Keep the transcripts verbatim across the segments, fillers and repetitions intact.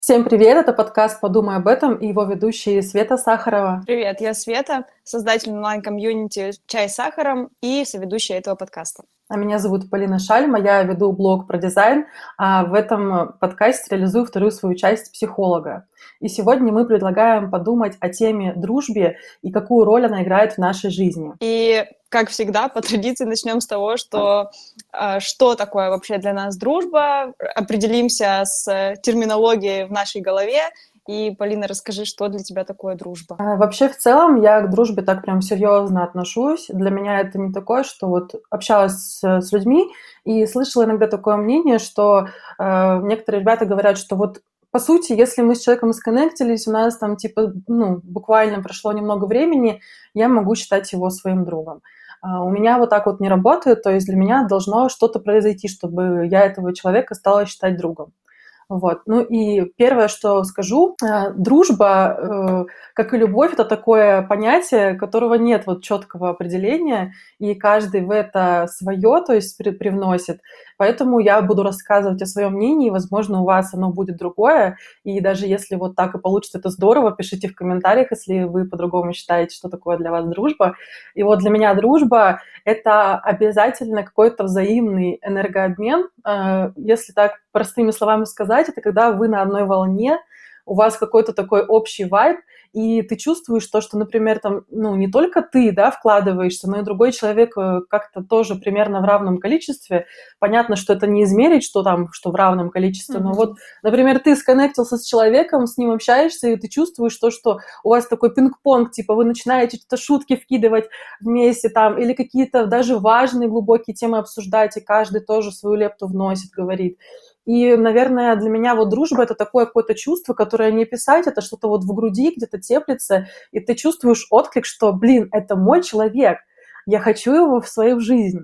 Всем привет! Это подкаст «Подумай об этом» и его ведущие Света Сахарова. Привет, я Света, создатель онлайн-комьюнити «Чай с сахаром» и соведущая этого подкаста. А меня зовут Полина Шальма, я веду блог про дизайн, а в этом подкасте реализую вторую свою часть психолога. И сегодня мы предлагаем подумать о теме дружбе и какую роль она играет в нашей жизни. И, как всегда, по традиции начнем с того, что э, что такое вообще для нас дружба, определимся с терминологией в нашей голове. И, Полина, расскажи, что для тебя такое дружба? А, Вообще, в целом, я к дружбе так прям серьезно отношусь. Для меня это не такое, что вот общалась с, с людьми и слышала иногда такое мнение, что э, некоторые ребята говорят, что вот по сути, если мы с человеком сконнектились, у нас там типа, ну, буквально прошло немного времени, я могу считать его своим другом. А у меня вот так вот не работает, то есть для меня должно что-то произойти, чтобы я этого человека стала считать другом. Вот. Ну и первое, что скажу, э, дружба, э, как и любовь, это такое понятие, которого нет вот четкого определения, и каждый в это свое, то есть при- привносит. Поэтому я буду рассказывать о своем мнении, возможно, у вас оно будет другое, и даже если вот так и получится, это здорово, пишите в комментариях, если вы по-другому считаете, что такое для вас дружба. И вот для меня дружба это обязательно какой-то взаимный энергообмен. Э, Если так простыми словами сказать, это когда вы на одной волне, у вас какой-то такой общий вайб, и ты чувствуешь то, что, например, там, ну, не только ты, да, вкладываешься, но и другой человек э, как-то тоже примерно в равном количестве. Понятно, что это не измерить, что там, что в равном количестве, но вот, Мгм. например, ты сконнектился с человеком, с ним общаешься, и ты чувствуешь то, что у вас такой пинг-понг, типа вы начинаете что-то шутки вкидывать вместе там, или какие-то даже важные глубокие темы обсуждать, и каждый тоже свою лепту вносит, говорит. И, наверное, для меня вот дружба – это такое какое-то чувство, которое не писать, это что-то вот в груди где-то теплится, и ты чувствуешь отклик, что, блин, это мой человек, я хочу его в свою жизнь.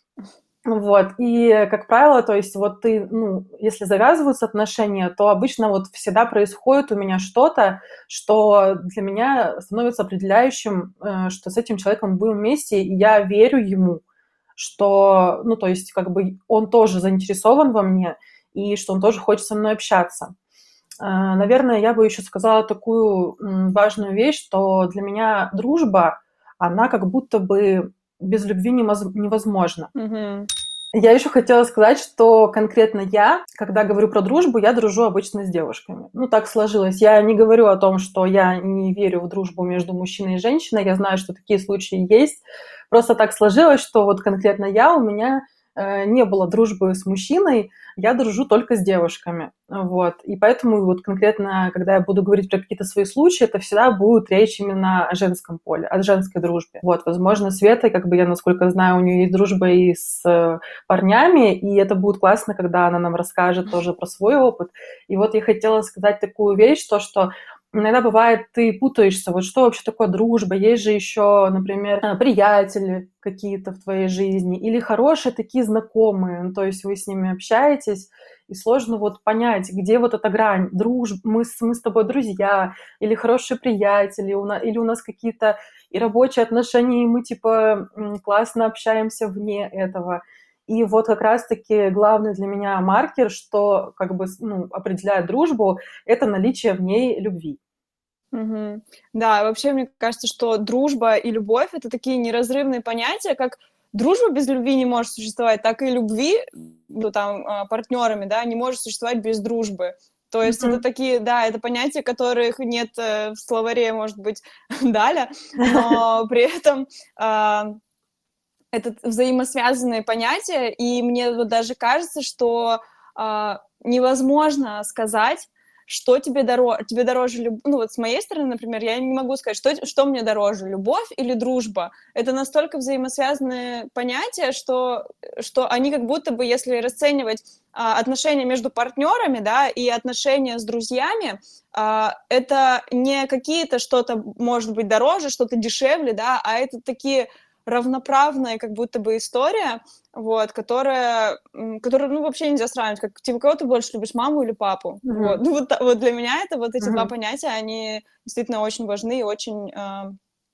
Вот, и, как правило, то есть вот ты, ну, если завязываются отношения, то обычно вот всегда происходит у меня что-то, что для меня становится определяющим, э, что с этим человеком мы будем вместе, и я верю ему, что, ну, то есть как бы он тоже заинтересован во мне, и что он тоже хочет со мной общаться. Э, Наверное, я бы еще сказала такую м, важную вещь, что для меня дружба, она как будто бы без любви невоз- невозможна. Мгм. Я еще хотела сказать, что конкретно я, когда говорю про дружбу, я дружу обычно с девушками. Ну, так сложилось. Я не говорю о том, что я не верю в дружбу между мужчиной и женщиной. Я знаю, что такие случаи есть. Просто так сложилось, что вот конкретно я, у меня э, не было дружбы с мужчиной, я дружу только с девушками. Вот. И поэтому вот конкретно, когда я буду говорить про какие-то свои случаи, это всегда будет речь именно о женском поле, о женской дружбе. Вот, возможно, Света, как бы я, насколько знаю, у нее есть дружба и с э, парнями, и это будет классно, когда она нам расскажет тоже про свой опыт. И вот я хотела сказать такую вещь, то, что иногда бывает, ты путаешься, вот что вообще такое дружба, есть же еще, например, э, приятели какие-то в твоей жизни, или хорошие такие знакомые, ну, то есть вы с ними общаетесь, и сложно вот понять, где вот эта грань, дружбы, мы с, мы с тобой друзья, или хорошие приятели, у на- или у нас какие-то и рабочие отношения, и мы типа м, классно общаемся вне этого. И вот как раз-таки главный для меня маркер, что как бы ну, определяет дружбу, это наличие в ней любви. Мгм. Да, вообще, мне кажется, что дружба и любовь — это такие неразрывные понятия, как дружба без любви не может существовать, так и любви, ну, там, а, партнерами, да, не может существовать без дружбы. То есть это Мгм. такие, да, это понятия, которых нет э, в словаре, может быть, Даля, но при этом а, это взаимосвязанные понятия, и мне вот даже кажется, что а, невозможно сказать, что тебе дороже, тебе дороже, люб... ну вот с моей стороны, например, я не могу сказать, что, что мне дороже, любовь или дружба. Это настолько взаимосвязанные понятия, что, что они как будто бы, если расценивать а, отношения между партнерами, да, и отношения с друзьями, а, это не какие-то что-то может быть дороже, что-то дешевле, да, а это такие равноправная как будто бы история, вот, которая, м, которую, ну, вообще нельзя сравнивать, как, типа, кого ты больше любишь, маму или папу? Вот, Мгм. ну, вот, та- вот для меня это вот эти два Мгм. понятия, они действительно очень важны и очень а,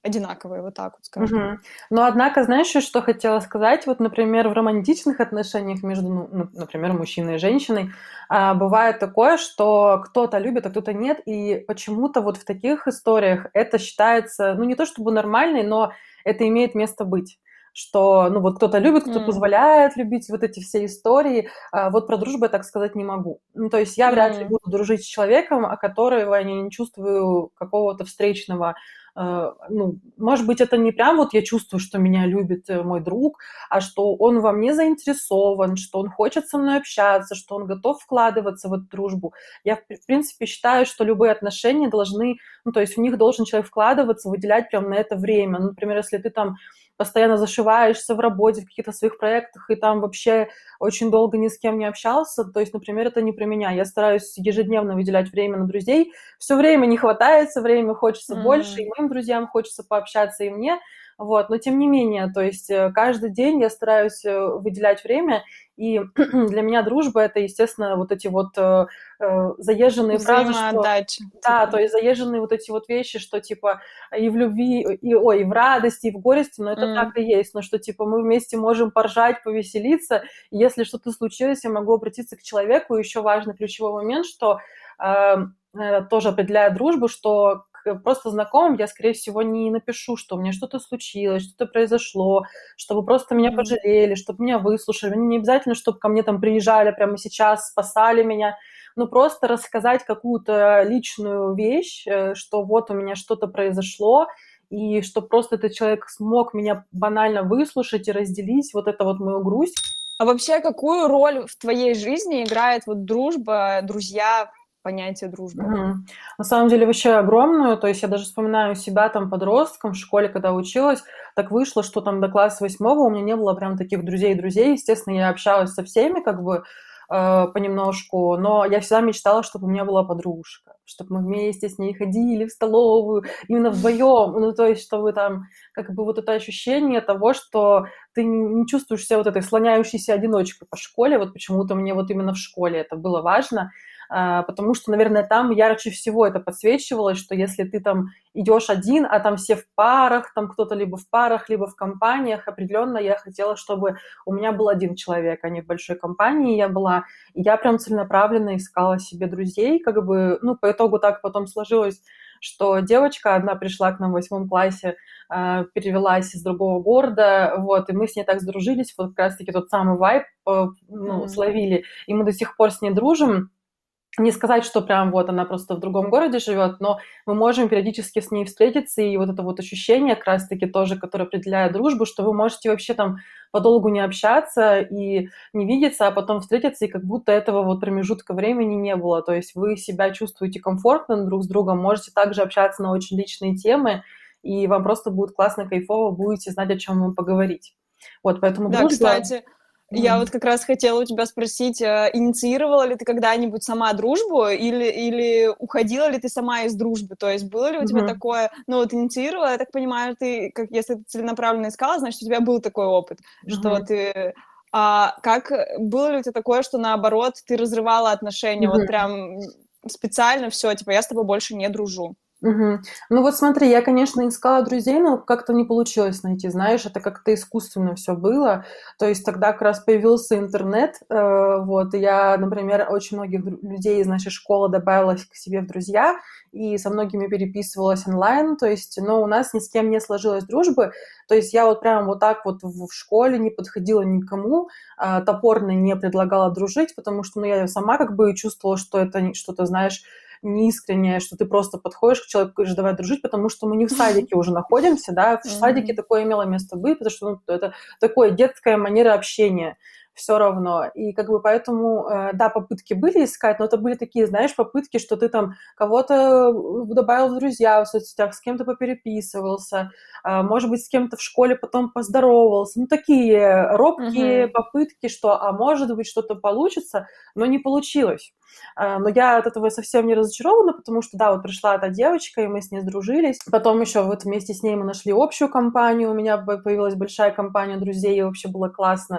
одинаковые, вот так вот скажем. Мгм. Но, однако, знаешь, ещё что хотела сказать? Вот, например, в романтичных отношениях между, ну, нап например, мужчиной и женщиной, а, бывает такое, что кто-то любит, а кто-то нет. И почему-то вот в таких историях это считается, ну, не то чтобы нормальной, но это имеет место быть. Что, ну, вот кто-то любит, кто М. позволяет любить, вот эти все истории. А вот про дружбу я так сказать не могу. Ну, то есть я вряд ли М. буду дружить с человеком, о которого я не чувствую какого-то встречного, э, ну, может быть, это не прям вот я чувствую, что меня любит, э, мой друг, а что он во мне заинтересован, что он хочет со мной общаться, что он готов вкладываться в эту дружбу. Я, в в принципе, считаю, что любые отношения должны, ну, то есть в них должен человек вкладываться, выделять прям на это время. Ну, например, если ты там постоянно зашиваешься в работе, в каких-то своих проектах и там вообще очень долго ни с кем не общался, то есть, например, это не про меня. Я стараюсь ежедневно выделять время на друзей. Всё время не хватает, всё время хочется больше, и М. моим друзьям хочется пообщаться, и мне. Вот, но тем не менее, то есть, э, каждый день я стараюсь, э, выделять время, и для меня дружба- это, естественно, вот эти вот, э, э, заезженные фразы, что Взаимоотдача, да, типа. то есть заезженные вот эти вот вещи, что типа и в любви, и, ой, и в радости, и в горести, но это так М. и есть. Но что типа мы вместе можем поржать, повеселиться. И если что-то случилось, я могу обратиться к человеку. И ещё важный ключевой момент, что, эм, э, тоже определяет дружбу, что к просто знакомым я, скорее всего, не напишу, что у меня что-то случилось, что-то произошло, чтобы просто меня Мгм. пожалели, чтоб меня выслушали. Ну, не обязательно, чтоб ко мне там приезжали прямо сейчас, спасали меня. Ну, просто рассказать какую-то личную вещь, э, что вот у меня что-то произошло, и чтоб просто этот человек смог меня банально выслушать и разделить вот это вот мою грусть. А вообще, какую роль в твоей жизни играет вот дружба, друзья, понятие дружбы? Мгм. На самом деле вообще огромную. То есть я даже вспоминаю себя там подростком в школе, когда училась. Так вышло, что там до класса восьмого у меня не было прям таких друзей-друзей. Естественно, я общалась со всеми как бы, э, понемножку, но я всегда мечтала, чтобы у меня была подружка, чтоб мы вместе с ней ходили в столовую, именно вдвоём. Ну, то есть чтобы там как бы вот это ощущение того, что ты н не чувствуешь себя вот этой слоняющейся одиночкой по школе. Вот почему-то мне вот именно в школе это было важно, а, потому что, наверное, там ярче всего это подсвечивалось, что если ты там идёшь один, а там все в парах, там кто-то либо в парах, либо в компаниях, определённо я хотела, чтобы у меня был один человек, а не в большой компании я была. И я прям целенаправленно искала себе друзей, как бы. Ну, по итогу так потом сложилось, что девочка одна пришла к нам в восьмом классе, а, перевелась из другого города, вот, и мы с ней так сдружились. Вот как раз таки тот самый вайб, э, ну, Мгм. словили, и мы до сих пор с ней дружим. Не сказать, что прям вот она просто в другом городе живёт, но мы можем периодически с ней встретиться. И вот это вот ощущение как раз таки тоже, которое определяет дружбу, что вы можете вообще там подолгу не общаться и не видеться, а потом встретиться, и как будто этого вот промежутка времени не было. То есть вы себя чувствуете комфортно друг с другом, можете также общаться на очень личные темы, и вам просто будет классно, кайфово, будете знать, о чём вам поговорить. Вот, поэтому Да, дружба кстати, я вот Мгм. как раз хотела у тебя спросить, а инициировала ли ты когда-нибудь сама дружбу или или уходила ли ты сама из дружбы? То есть было ли у тебя Мгм. такое? Ну, вот инициировала, я так понимаю, ты, как если ты целенаправленно искала, значит, у тебя был такой опыт, что Мгм. ты А как было ли у тя такое, что, наоборот, ты разрывала отношения, вот Мгм. прям специально: "Всё, типа, я с тобой больше не дружу"? Мгм. Ну вот смотри, я, конечно, искала друзей, но как-то не получилось найти, знаешь, это как-то искусственно всё было. То есть тогда как раз появился интернет, э, вот, и я, например, очень многих дру людей из нашей школы добавилась к себе в друзья и со многими переписывалась онлайн, то есть, но у нас ни с кем не сложилось дружбы. То есть я вот прям вот так вот в в школе не подходила ни к кому, а, топорно не предлагала дружить, потому что, ну, я сама как бы чувствовала, что это не что-то, знаешь, неискреннее, что ты просто подходишь к человеку и говоришь: "Давай дружить", потому что мы не в садике уже находимся, да. В садике Мгм. такое имело место быть, потому что, ну, это такое детская манера общения всё равно. И как бы поэтому, э, да, попытки были искать, но это были такие, знаешь, попытки, что ты там кого-то в добавил в друзья в соцсетях, с кем-то попереписывался, а, может быть, с кем-то в школе потом поздоровался. Ну, такие робкие Мгм. попытки, что, а может быть, что-то получится, но не получилось. А, но я от этого совсем не разочарована, потому что, да, вот пришла эта девочка, и мы с ней сдружились. Потом ещё вот вместе с ней мы нашли общую компанию, у меня п появилась большая компания друзей, и вообще было классно.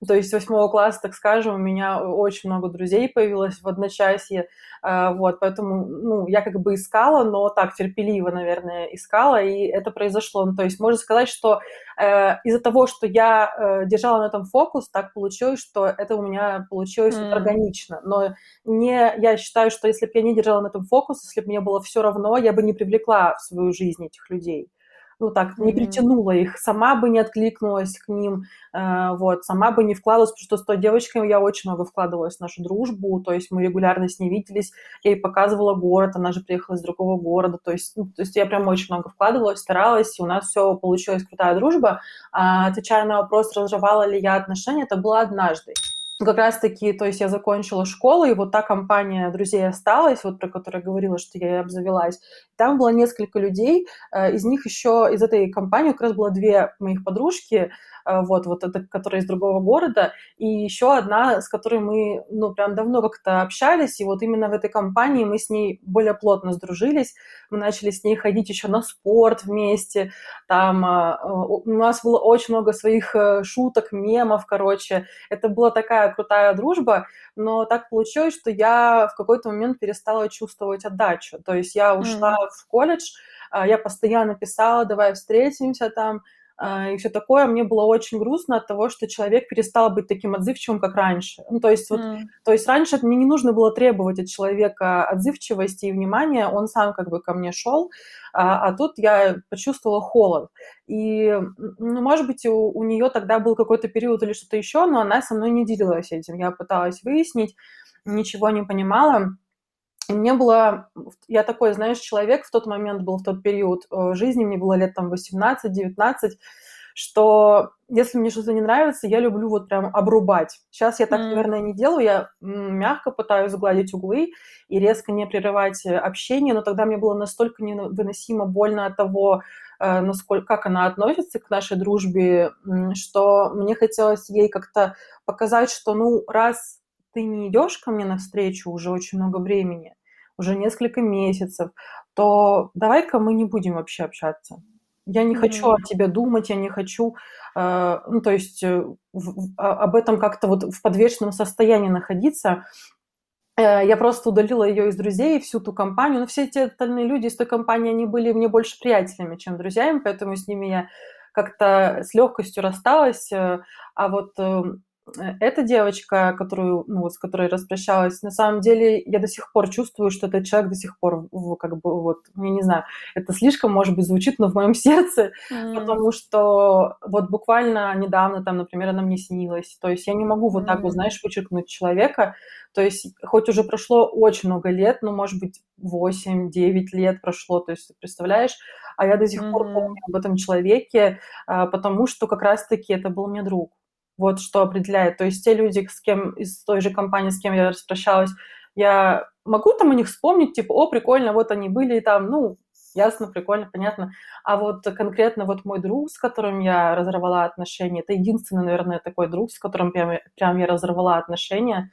То есть с восьмого класса, так скажем, у меня очень много друзей появилось в одночасье, а, вот, поэтому, ну, я как бы искала, но так терпеливо, наверное, искала, и это произошло. Ну, то есть можно сказать, что э, из-за того, что я э, держала на этом фокус, так получилось, что это у меня получилось вот М. органично. Но не, я считаю, что если бы я не держала на этом фокус, если бы мне было все равно, я бы не привлекла в свою жизнь этих людей. Ну, так, не Мгм. притянула их, сама бы не откликнулась к ним, э, вот, сама бы не вкладывалась, потому что с той девочкой я очень много вкладывалась в нашу дружбу, то есть мы регулярно с ней виделись, я ей показывала город, она же приехала из другого города, то есть, ну, то есть я прям очень много вкладывалась, старалась, и у нас все получилась крутая дружба. А, отвечая на вопрос, разрывала ли я отношения, это было однажды. Как раз-таки, то есть я закончила школу, и вот та компания друзей осталась, вот про которую я говорила, что я обзавелась. Там было несколько людей, э, из них еще, из этой компании как раз было две моих подружки, э, вот, вот это, которые из другого города, и еще одна, с которой мы, ну, прям давно как-то общались, и вот именно в этой компании мы с ней более плотно сдружились, мы начали с ней ходить еще на спорт вместе, там э, у нас было очень много своих э, шуток, мемов, короче, это была такая крутая дружба, но так получилось, что я в какой-то момент перестала чувствовать отдачу. То есть я ушла М. в колледж, а, я постоянно писала, давай встретимся там, а, и все такое. Мне было очень грустно от того, что человек перестал быть таким отзывчивым, как раньше. Ну, то есть вот, М. то есть раньше мне не нужно было требовать от человека отзывчивости и внимания, он сам как бы ко мне шел, а, а тут я почувствовала холод. И, ну, может быть, у, у нее тогда был какой-то период или что-то еще, но она со мной не делилась этим. Я пыталась выяснить, ничего не понимала. И мне было... Я такой, знаешь, человек в тот момент был, в тот период э, жизни, мне было лет там восемнадцать-девятнадцать, что если мне что-то не нравится, я люблю вот прям обрубать. Сейчас я так, М. наверное, не делаю, я м, мягко пытаюсь сгладить углы и резко не прерывать э, общение, но тогда мне было настолько невыносимо больно от того, э, насколько, как она относится к нашей дружбе, м, что мне хотелось ей как-то показать, что, ну, раз ты не идешь ко мне навстречу уже очень много времени, уже несколько месяцев, то давай-ка мы не будем вообще общаться. Я не хочу о Мгм. тебе думать, я не хочу, э, ну, то есть э, в- в- а- об этом как-то вот в подвешенном состоянии находиться. Э, Я просто удалила ее из друзей, всю ту компанию. Но все те остальные люди из той компании, они были мне больше приятелями, чем друзьями, поэтому с ними я как-то с легкостью рассталась. Э, А вот э, э, эта девочка, которую, ну, вот с которой распрощалась, на самом деле я до сих пор чувствую, что этот человек до сих пор, в- как бы, вот, я не знаю, это слишком, может быть, звучит, но в моем сердце, М. потому что вот буквально недавно там, например, она мне снилась. То есть я не могу вот так вот, М. знаешь, вычеркнуть человека, то есть хоть уже прошло очень много лет, ну, может быть, восемь-девять лет прошло, то есть ты представляешь, а я до сих пор помню Мгм. об этом человеке, а, потому что как раз-таки это был мне друг. Вот что определяет. То есть те люди, с кем из той же компании, с кем я распрощалась, я могу там о них вспомнить, типа, о, прикольно, вот они были там, ну, ясно, прикольно, понятно. А вот конкретно вот мой друг, с которым я разорвала отношения, это единственный, наверное, такой друг, с которым прям, прям я разорвала отношения,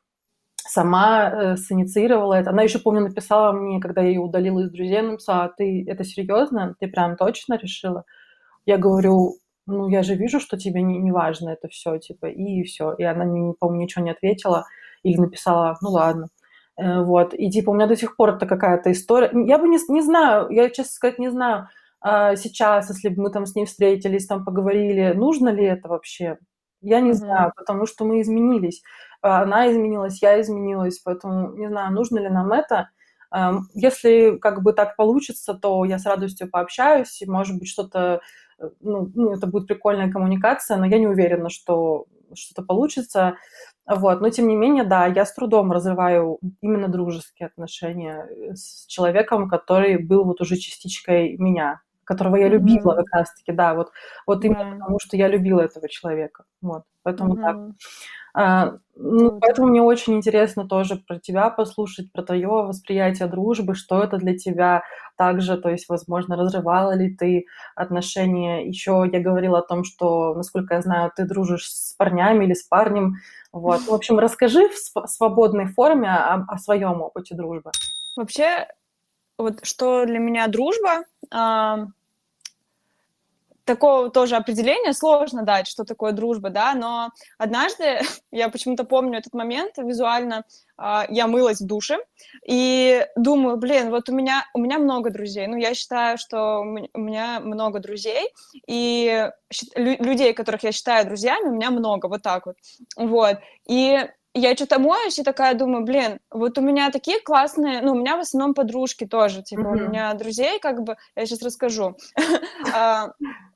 сама, э, синициировала это. Она еще, помню, написала мне, когда я ее удалила из друзей, она написала: "Ты это серьезно? Ты прям точно решила?" Я говорю: "Ну, я же вижу, что тебе не не важно это все, типа". И все. И она мне, не помню, ничего не ответила или написала: "Ну ладно". Э, вот. И типа у меня до сих пор это какая-то история. Я бы не с не знаю, я, честно сказать, не знаю, а, сейчас, если бы мы там с ней встретились, там поговорили, нужно ли это вообще? Я не Мгм. знаю, потому что мы изменились. А, она изменилась, я изменилась, поэтому не знаю, нужно ли нам это. Ам, если как бы так получится, то я с радостью пообщаюсь, и, может быть, что-то, э, ну ну, это будет прикольная коммуникация, но я не уверена, что что-то получится. Вот, но тем не менее, да, я с трудом разрываю именно дружеские отношения, э, с человеком, который был вот уже частичкой меня, которого я любила Мгм. как раз таки, да, вот вот именно Да. потому, что я любила этого человека. Вот, поэтому так. Мгм. А, ну, Круто. поэтому мне очень интересно тоже про тебя послушать, про твое восприятие дружбы, что это для тебя также, то есть, возможно, разрывала ли ты отношения. Еще я говорила о том, что, насколько я знаю, ты дружишь с парнями или с парнем. Вот. Ну, в общем, расскажи в св свободной форме о о своем опыте дружбы. Вообще, вот что для меня дружба, ам, такого тоже определения сложно дать, что такое дружба, да, но однажды, я почему-то помню этот момент визуально, а, я мылась в душе и думаю, блин, вот у меня, у меня много друзей, ну, я считаю, что у м- у меня много друзей, и щи- лю- людей, которых я считаю друзьями, у меня много, вот так вот, вот, и я что-то моюсь и такая думаю, блин, вот у меня такие классные, ну, у меня в основном подружки тоже, типа, у Мгм. меня друзей, как бы, я сейчас расскажу, А,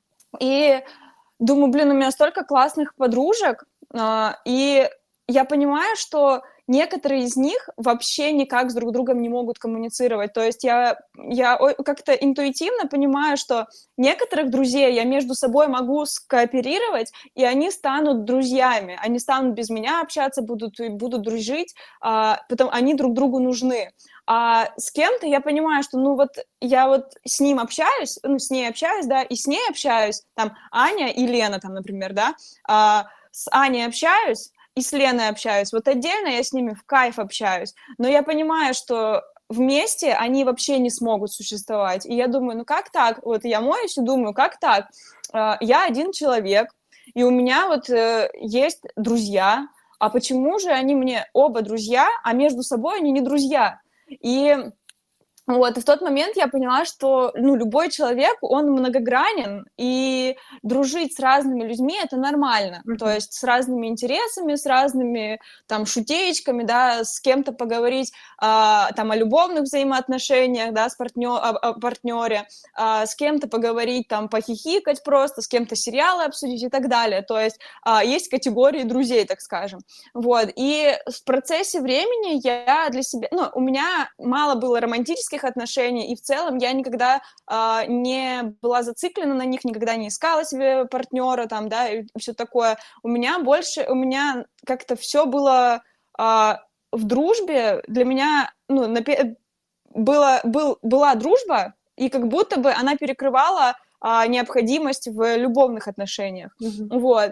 и думаю, блин, у меня столько классных подружек, а, и я понимаю, что некоторые из них вообще никак с друг другом не могут коммуницировать. То есть я, я ой- как-то интуитивно понимаю, что некоторых друзей я между собой могу скооперировать, и они станут друзьями. Они станут без меня общаться, будут, и будут дружить, а, потом они друг другу нужны. А с кем-то я понимаю, что, ну, вот я вот с ним общаюсь, ну, с ней общаюсь, да, и с ней общаюсь, там, Аня и Лена, там, например, да, а, с Аней общаюсь и с Леной общаюсь, вот отдельно я с ними в кайф общаюсь, но я понимаю, что вместе они вообще не смогут существовать, и я думаю, ну, как так? Вот я моюсь и думаю, как так? А, я один человек, и у меня вот э, есть друзья, а почему же они мне оба друзья, а между собой они не друзья? И вот, и в тот момент я поняла, что, ну, любой человек, он многогранен, и дружить с разными людьми — это нормально. То Мгм. есть с разными интересами, с разными, там, шутеечками, да, с кем-то поговорить, а, там, о любовных взаимоотношениях, да, с партнё о о партнёре, а, с кем-то поговорить, там, похихикать просто, с кем-то сериалы обсудить и так далее. То есть, а, есть категории друзей, так скажем. Вот, и в процессе времени я для себя, ну, у меня мало было романтических отношений, и в целом я никогда а, не была зациклена на них, никогда не искала себе партнера, там, да, и все такое. У меня больше, у меня как-то все было а, в дружбе. Для меня, ну, напе- было, был, была дружба, и как будто бы она перекрывала а, необходимость в любовных отношениях. Мгм. Вот.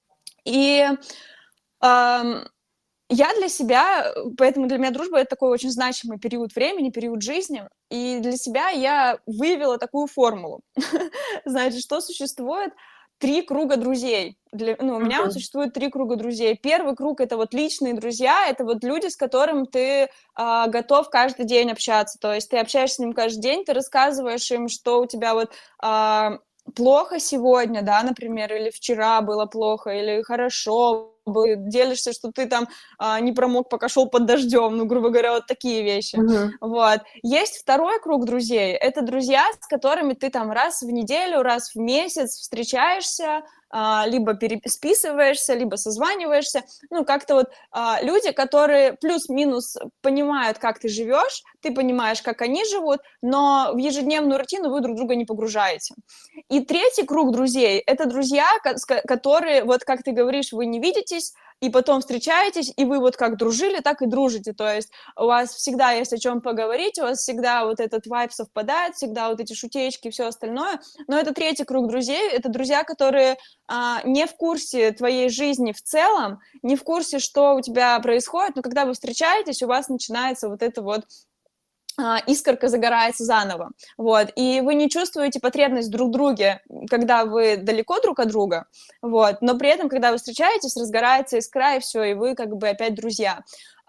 И ам, я для себя, э, поэтому для меня дружба — это такой очень значимый период времени, период жизни. И для себя я выявила такую формулу. Значит, что существует три круга друзей. Для, ну, у меня вот Мгм. существует три круга друзей. Первый круг — это вот личные друзья, это вот люди, с которым ты а, готов каждый день общаться. То есть ты общаешься с ним каждый день, ты рассказываешь им, что у тебя вот а, плохо сегодня, да, например, или вчера было плохо, или хорошо, бы- делишься, что ты там а, не промок, пока шел под дождем, ну, грубо говоря, вот такие вещи. Мгм. Вот. Есть второй круг друзей. Это друзья, с которыми ты там раз в неделю, раз в месяц встречаешься, а, либо переписываешься, либо созваниваешься. Ну, как-то вот а, люди, которые плюс-минус понимают, как ты живешь, ты понимаешь, как они живут, но в ежедневную рутину вы друг друга не погружаете. И третий круг друзей — это друзья, ко- с ко- которые, вот как ты говоришь, вы не видитесь, и потом встречаетесь, и вы вот как дружили, так и дружите. То есть у вас всегда есть о чем поговорить, у вас всегда вот этот вайб совпадает, всегда вот эти шутеечки и все остальное. Но это третий круг друзей, это друзья, которые а, не в курсе твоей жизни в целом, не в курсе, что у тебя происходит, но когда вы встречаетесь, у вас начинается вот это вот а, искорка загорается заново, вот, и вы не чувствуете потребность друг в друге, когда вы далеко друг от друга, вот, но при этом, когда вы встречаетесь, разгорается искра, и все, и вы как бы опять друзья.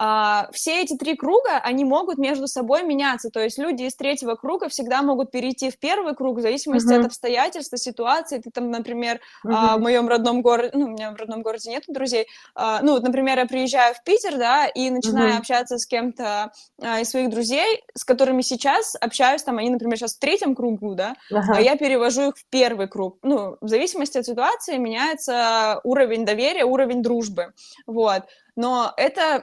А, все эти три круга, они могут между собой меняться, то есть люди из третьего круга всегда могут перейти в первый круг в зависимости от Мгм. обстоятельств, ситуации. Ты там, например, а, в Мгм. моем родном городе, ну, у меня в родном городе нет друзей, а, ну, вот, например, я приезжаю в Питер, да, и начинаю Мгм. общаться с кем-то а, из своих друзей, с которыми сейчас общаюсь, там, они, например, сейчас в третьем кругу, да, а Ага. я перевожу их в первый круг. Ну, в зависимости от ситуации меняется уровень доверия, уровень дружбы, вот. Но это...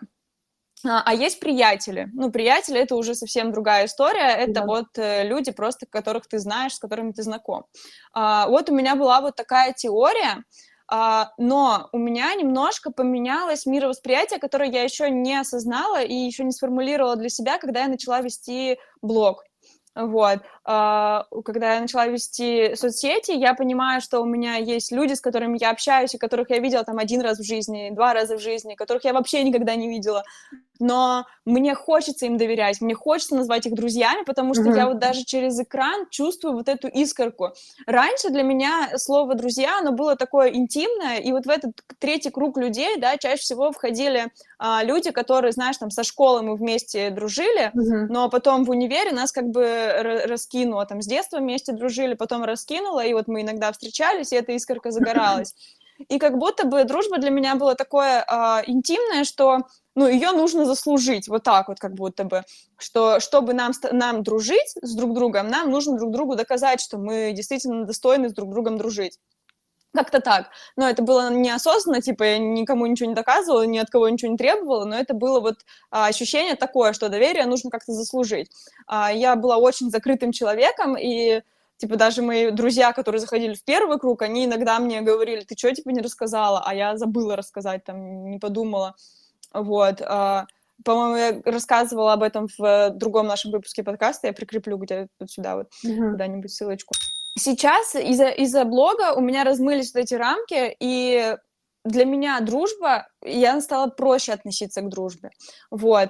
А, а есть приятели. Ну, приятели — это уже совсем другая история. Это Да. вот э, люди просто, которых ты знаешь, с которыми ты знаком. А, вот у меня была вот такая теория, а, но у меня немножко поменялось мировосприятие, которое я еще не осознала и еще не сформулировала для себя, когда я начала вести блог. Вот. А, когда я начала вести соцсети, я понимаю, что у меня есть люди, с которыми я общаюсь, и которых я видела там один раз в жизни, два раза в жизни, которых я вообще никогда не видела. но мне хочется им доверять, мне хочется назвать их друзьями, потому что Мгм. я вот даже через экран чувствую вот эту искорку. Раньше для меня слово «друзья», оно было такое интимное, и вот в этот третий круг людей, да, чаще всего входили а, люди, которые, знаешь, там, со школы мы вместе дружили, Мгм. но потом в универе нас как бы ра- раскинуло, там, с детства вместе дружили, потом раскинуло, и вот мы иногда встречались, и эта искорка загоралась. И как будто бы дружба для меня была такое а, интимное, что, ну, ее нужно заслужить, вот так вот как будто бы, что чтобы нам, ст- нам дружить с друг другом, нам нужно друг другу доказать, что мы действительно достойны с друг другом дружить. Как-то так. Но это было неосознанно, типа я никому ничего не доказывала, ни от кого ничего не требовала, но это было вот а, ощущение такое, что доверие нужно как-то заслужить. А, я была очень закрытым человеком, и типа даже мои друзья, которые заходили в первый круг, они иногда мне говорили: ты что, типа, не рассказала? А я забыла рассказать, там, не подумала. Вот. А, по-моему, я рассказывала об этом в другом нашем выпуске подкаста, я прикреплю где-то вот сюда вот Мгм. куда-нибудь ссылочку. Сейчас из-за из-за блога у меня размылись вот эти рамки, и для меня дружба, я стала проще относиться к дружбе. Вот.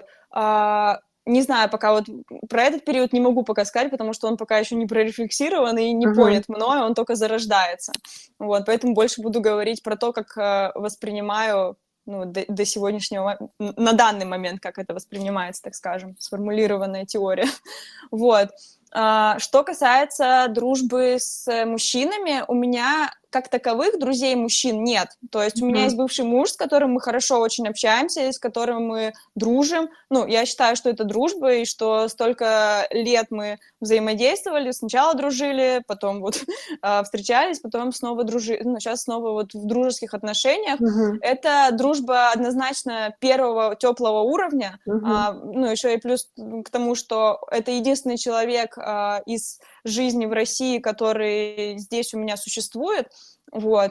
А, не знаю, пока вот про этот период не могу пока сказать, потому что он пока еще не прорефлексирован и не Мгм. понят мной, он только зарождается. Вот, поэтому больше буду говорить про то, как э, воспринимаю, ну, до, до сегодняшнего, м- на данный момент, как это воспринимается, так скажем, сформулированная теория. Вот. А, Что касается дружбы с мужчинами, у меня как таковых друзей мужчин нет. То есть у меня Мгм. есть бывший муж, с которым мы хорошо очень общаемся, с которым мы дружим. Ну, я считаю, что это дружба, и что столько лет мы взаимодействовали, сначала дружили, потом вот а, встречались, потом снова дружили, ну, сейчас снова вот в дружеских отношениях. Мгм. Это дружба однозначно первого теплого уровня, Мгм. а, ну, еще и плюс к тому, что это единственный человек а, из жизни в России, который здесь у меня существует, вот.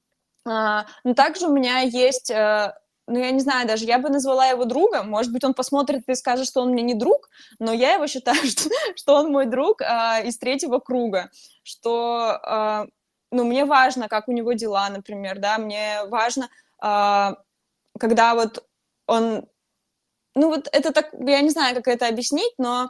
А, но также у меня есть, э, ну, я не знаю даже, я бы назвала его другом, может быть, он посмотрит и скажет, что он мне не друг, но я его считаю, что, что он мой друг а, из третьего круга, что, а, ну, мне важно, как у него дела, например, да, мне важно, а, когда вот он, ну, вот это так, я не знаю, как это объяснить, но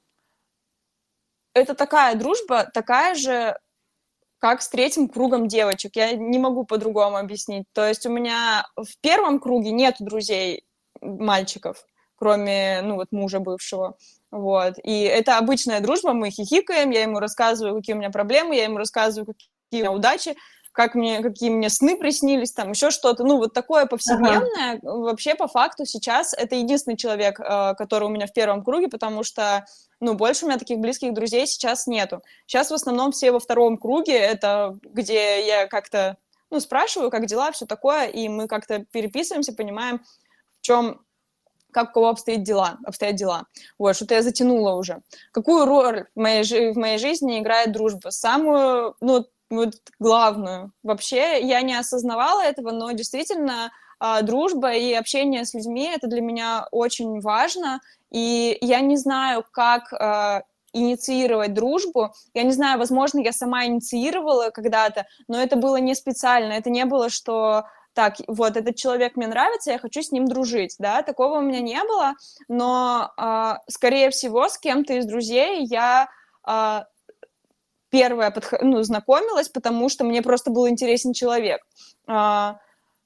это такая дружба, такая же, как с третьим кругом девочек. Я не могу по-другому объяснить. То есть у меня в первом круге нет друзей мальчиков, кроме, ну, вот мужа бывшего. Вот. И это обычная дружба, мы хихикаем, я ему рассказываю, какие у меня проблемы, я ему рассказываю, какие у меня удачи, как мне, какие мне сны приснились, там еще что-то. Ну, вот такое Ага. повседневное. Вообще, по факту, сейчас это единственный человек, э, который у меня в первом круге, потому что, ну, больше у меня таких близких друзей сейчас нету. Сейчас в основном все во втором круге, это где я как-то, ну, спрашиваю, как дела, все такое, и мы как-то переписываемся, понимаем, в чем, как у кого обстоят дела, обстоят дела. Вот, что-то я затянула уже. Какую роль в моей, жи- в моей жизни играет дружба? Самую, ну, вот главную. Вообще, я не осознавала этого, но действительно а, дружба и общение с людьми — это для меня очень важно, и я не знаю, как а, инициировать дружбу. Я не знаю, возможно, я сама инициировала когда-то, но это было не специально, это не было, что так, вот этот человек мне нравится, я хочу с ним дружить, да, такого у меня не было, но, а, скорее всего, с кем-то из друзей я а, первая подх... ну, знакомилась, потому что мне просто был интересен человек. А,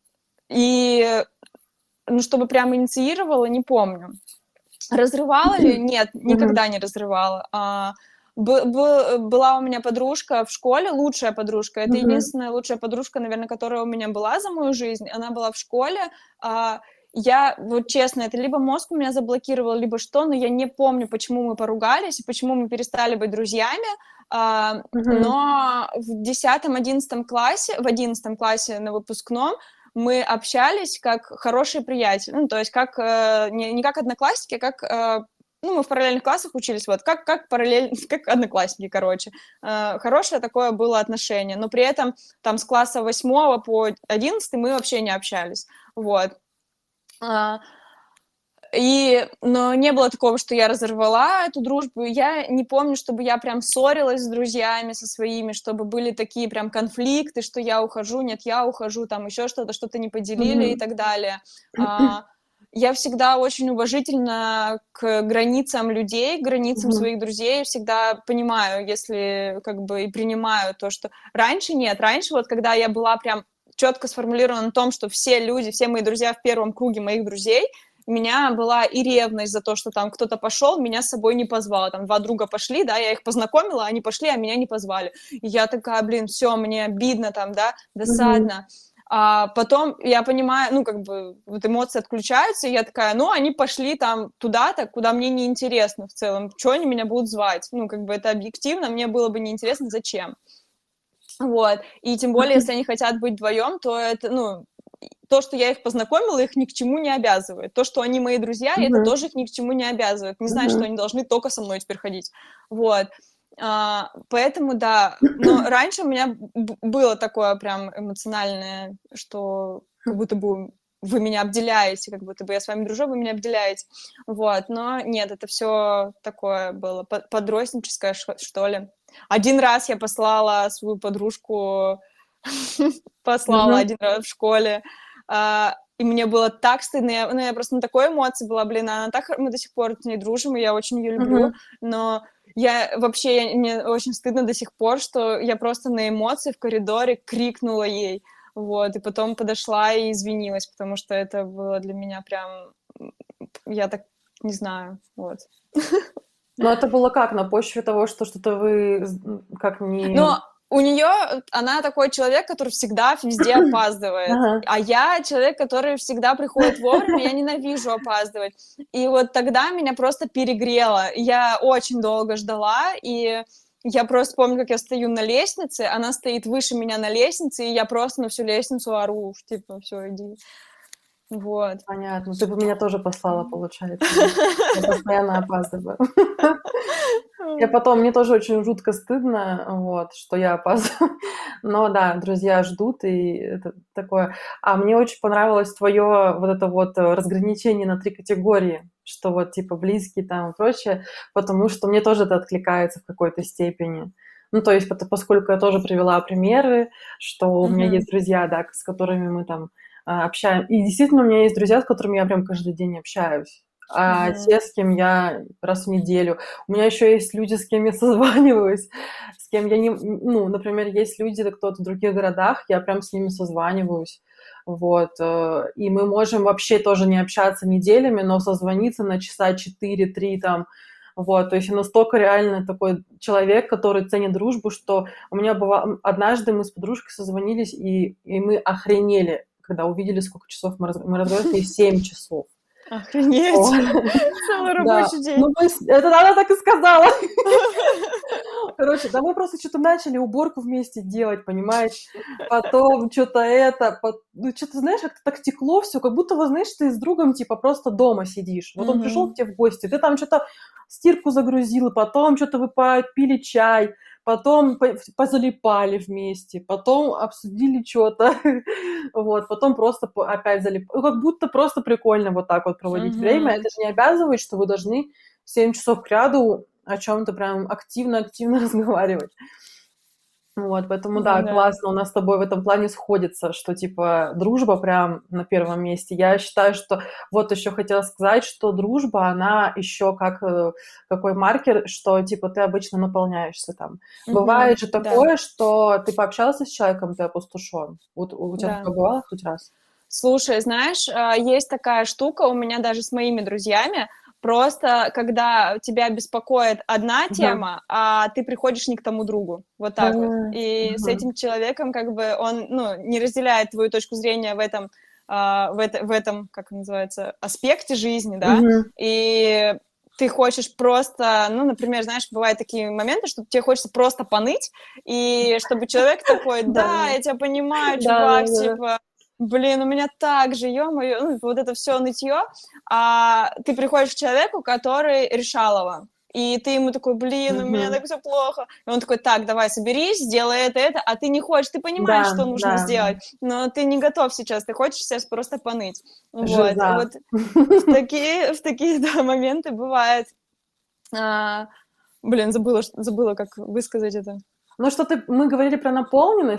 и, ну, чтобы прям инициировала, не помню. Разрывала ли? Нет, Мгм. никогда не разрывала. А, б- б- была у меня подружка в школе, лучшая подружка. Это Мгм. единственная лучшая подружка, наверное, которая у меня была за мою жизнь. Она была в школе. А, я, вот честно, это либо мозг у меня заблокировал, либо что, но я не помню, почему мы поругались и почему мы перестали быть друзьями. А, Мгм. но в десятом-одиннадцатом классе, в одиннадцатом классе на выпускном мы общались как хорошие приятели, ну, то есть как, э, не, не как одноклассники, а как, э, ну, мы в параллельных классах учились, вот, как, как параллель, как одноклассники, короче. Э, хорошее такое было отношение, но при этом там с класса восьмого по одиннадцатый мы вообще не общались, вот. А, и, но не было такого, что я разорвала эту дружбу. Я не помню, чтобы я прям ссорилась с друзьями со своими, чтобы были такие прям конфликты, что я ухожу, нет, я ухожу, там еще что-то, что-то не поделили и Мгм. так далее. А, я всегда очень уважительна к границам людей, к границам Мгм. своих друзей, всегда понимаю, если как бы и принимаю то, что... Раньше нет, раньше вот когда я была прям четко сформулирована на том, что все люди, все мои друзья в первом круге моих друзей, у меня была и ревность за то, что там кто-то пошел, меня с собой не позвал. Там два друга пошли, да, я их познакомила, они пошли, а меня не позвали. И я такая, блин, все, мне обидно там, да, Мгм. досадно. А потом я понимаю, ну, как бы, вот эмоции отключаются, и я такая, ну, они пошли там туда-то, куда мне неинтересно в целом. Чего они меня будут звать? Ну, как бы, это объективно, мне было бы неинтересно, зачем? Вот. И тем более, если они хотят быть вдвоем, то это, ну, то, что я их познакомила, их ни к чему не обязывает. То, что они мои друзья, это Мгм. тоже их ни к чему не обязывает. Не значит, что Мгм. они должны только со мной теперь ходить. Вот. А, поэтому, да. Но раньше у меня б- было такое прям эмоциональное, что как будто бы вы меня обделяете, как будто бы я с вами дружу, вы меня обделяете. Вот. Но нет, это все такое было по- подростническое, ш- что ли. Один раз я послала свою подружку, послала Мгм. один раз в школе, а, и мне было так стыдно, я, ну, я просто на такой эмоции была, блин, она так, мы до сих пор с ней дружим, и я очень ее люблю, Мгм. но я вообще, я, мне очень стыдно до сих пор, что я просто на эмоции в коридоре крикнула ей, вот, и потом подошла и извинилась, потому что это было для меня прям, я так не знаю, вот. Но это было как? На почве того, что что-то вы з м, как не... Но у нее, она такой человек, который всегда везде опаздывает. Ага. А я человек, который всегда приходит вовремя, я ненавижу опаздывать. И вот тогда меня просто перегрело. Я очень долго ждала, и я просто помню, как я стою на лестнице, она стоит выше меня на лестнице, и я просто на всю лестницу ору, типа, все, иди. Вот. Понятно. Ты бы меня тоже послала, получается. Я постоянно опаздываю. Я потом, мне тоже очень жутко стыдно, вот, что я опаздываю. Но да, друзья ждут, и это такое. А мне очень понравилось твое вот это вот э, разграничение на три категории, что вот типа близкие там и прочее, потому что мне тоже это откликается в какой-то степени. Ну, то есть, пото- поскольку я тоже привела примеры, что у меня Мгм. есть друзья, да, с которыми мы там а, общаем. И действительно, у меня есть друзья, с которыми я прям каждый день общаюсь. А Мгм. те, с кем я раз в неделю. У меня еще есть люди, с кем я созваниваюсь, с кем я не... Ну, например, есть люди, кто-то в других городах, я прям с ними созваниваюсь. Вот. э, И мы можем вообще тоже не общаться неделями, но созвониться на часа четыре-три там. Вот, то есть я настолько реально такой человек, который ценит дружбу, что у меня было... Однажды мы с подружкой созвонились, и, и мы охренели, когда увидели, сколько часов мы, раз... мы разговаривали, семь часов. Охренеть! Вот. Целый Да, рабочий ну день. мы с это она так и сказала. Короче, да мы просто что-то начали уборку вместе делать, понимаешь? Потом что то это, пот ну, что то знаешь, как-то так текло все, как будто, вот знаешь, ты с другом, типа, просто дома сидишь. Вот он пришел к Мгм. тебе в гости, ты там что то стирку загрузил, потом что то вы попили чай, потом по позалипали вместе, потом обсудили что то вот, потом просто п опять залип ну, как будто просто прикольно вот так вот проводить время. Мгм. Это же не обязывает, что вы должны семь часов кряду о чем то прям активно-активно разговаривать. Вот, поэтому да, Да. классно, у нас с тобой в этом плане сходится, что типа дружба прям на первом месте. Я считаю, что вот еще хотела сказать, что дружба, она еще как э, какой маркер, что типа ты обычно наполняешься там. Мгм. Бывает же Да, такое, что ты пообщался с человеком, ты опустошен. Вот у тебя да. такое бывало хоть раз? Слушай, знаешь, а, есть такая штука у меня даже с моими друзьями. Просто когда тебя беспокоит одна Мгм. тема, а ты приходишь не к тому другу. Вот А, так вот. И с мгм. этим человеком как бы он, ну, не разделяет твою точку зрения в этом, а, в это, в этом, как называется, аспекте жизни, да. Мгм. И ты хочешь просто, ну, например, знаешь, бывают такие моменты, что тебе хочется просто поныть, и чтобы человек такой, да, Да-да-да. я тебя понимаю, чувак, Да-да-да. типа, блин, у меня так же, ё-моё, ну, вот это все нытье, а ты приходишь к человеку, который решалово, и ты ему такой, блин, у меня Мгм. так все плохо. И он такой, так, давай, соберись, сделай это, это, а ты не хочешь, ты Да, понимаешь, что нужно да, сделать, но ты не готов сейчас, ты хочешь сейчас просто поныть. Вот, жиза. вот в такие, в такие, да, моменты бывает. А, блин, забыла, ш- забыла, как высказать это. Ну, что ты мы говорили про наполненность.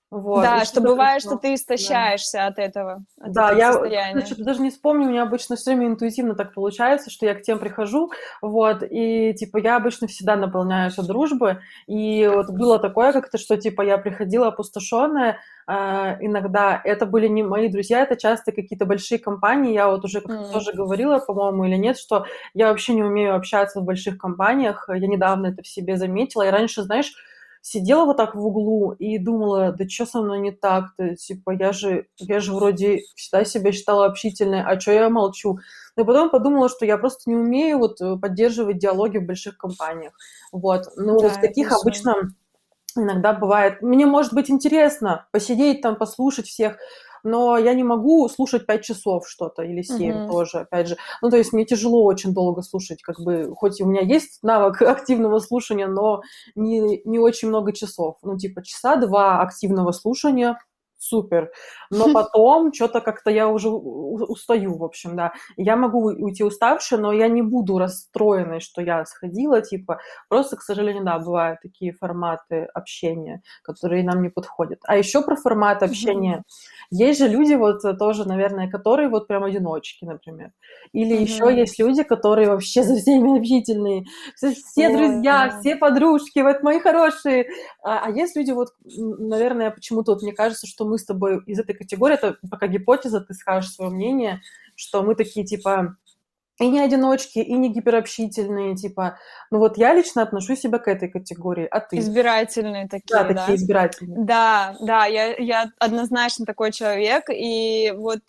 Вот, и Да, что что-то бывает, что пришло. ты Да. истощаешься от этого, от Да, этого я вот состояния. что-то даже не вспомню, у меня обычно всё время интуитивно так получается, что я к тем прихожу, вот, и, типа, я обычно всегда наполняюсь от дружбы. И вот было такое как-то, что, типа, я приходила опустошённая, а, иногда это были не мои друзья, это часто какие-то большие компании. Я вот уже как-то М. тоже говорила, по-моему, или нет, что я вообще не умею общаться в больших компаниях. Я недавно это в себе заметила. Я раньше, знаешь, сидела вот так в углу и думала: "Да чё со мной не так-то? Типа, я же я же вроде всегда себя считала общительной, а чё я молчу?" Но потом подумала, что я просто не умею вот, э, поддерживать диалоги в больших компаниях. Вот. Ну, вот в Да, это таких ещё. обычно иногда бывает мне может быть интересно посидеть там, послушать всех, но я не могу слушать пять часов что-то или семь Мгм. тоже, опять же. Ну, то есть мне тяжело очень долго слушать, как бы, хоть и у меня есть навык активного слушания, но не не очень много часов. Ну, типа, часа два активного слушания — супер. Но потом чё-то как-то я уже у устаю, в общем, да. Я могу уй уйти уставшей, но я не буду расстроенной, что я сходила, типа. Просто, к сожалению, да, бывают такие форматы общения, которые нам не подходят. А ещё про формат Мгм. общения. Есть же люди, вот, тоже, наверное, которые вот прям одиночки, например. Или ещё Мгм. есть люди, которые вообще со всеми общительные. Все все Вот, друзья, да. все подружки, вот мои хорошие. А, а есть люди, вот, н наверное, почему-то вот мне кажется, что мы с тобой из этой категории. Это пока гипотеза, ты скажешь своё мнение, что мы такие, типа, и не одиночки, и не гиперобщительные, типа. Ну, вот я лично отношу себя к этой категории, а ты? Избирательные Да, такие, такие да? избирательные. Да, да, я я однозначно такой человек. И вот,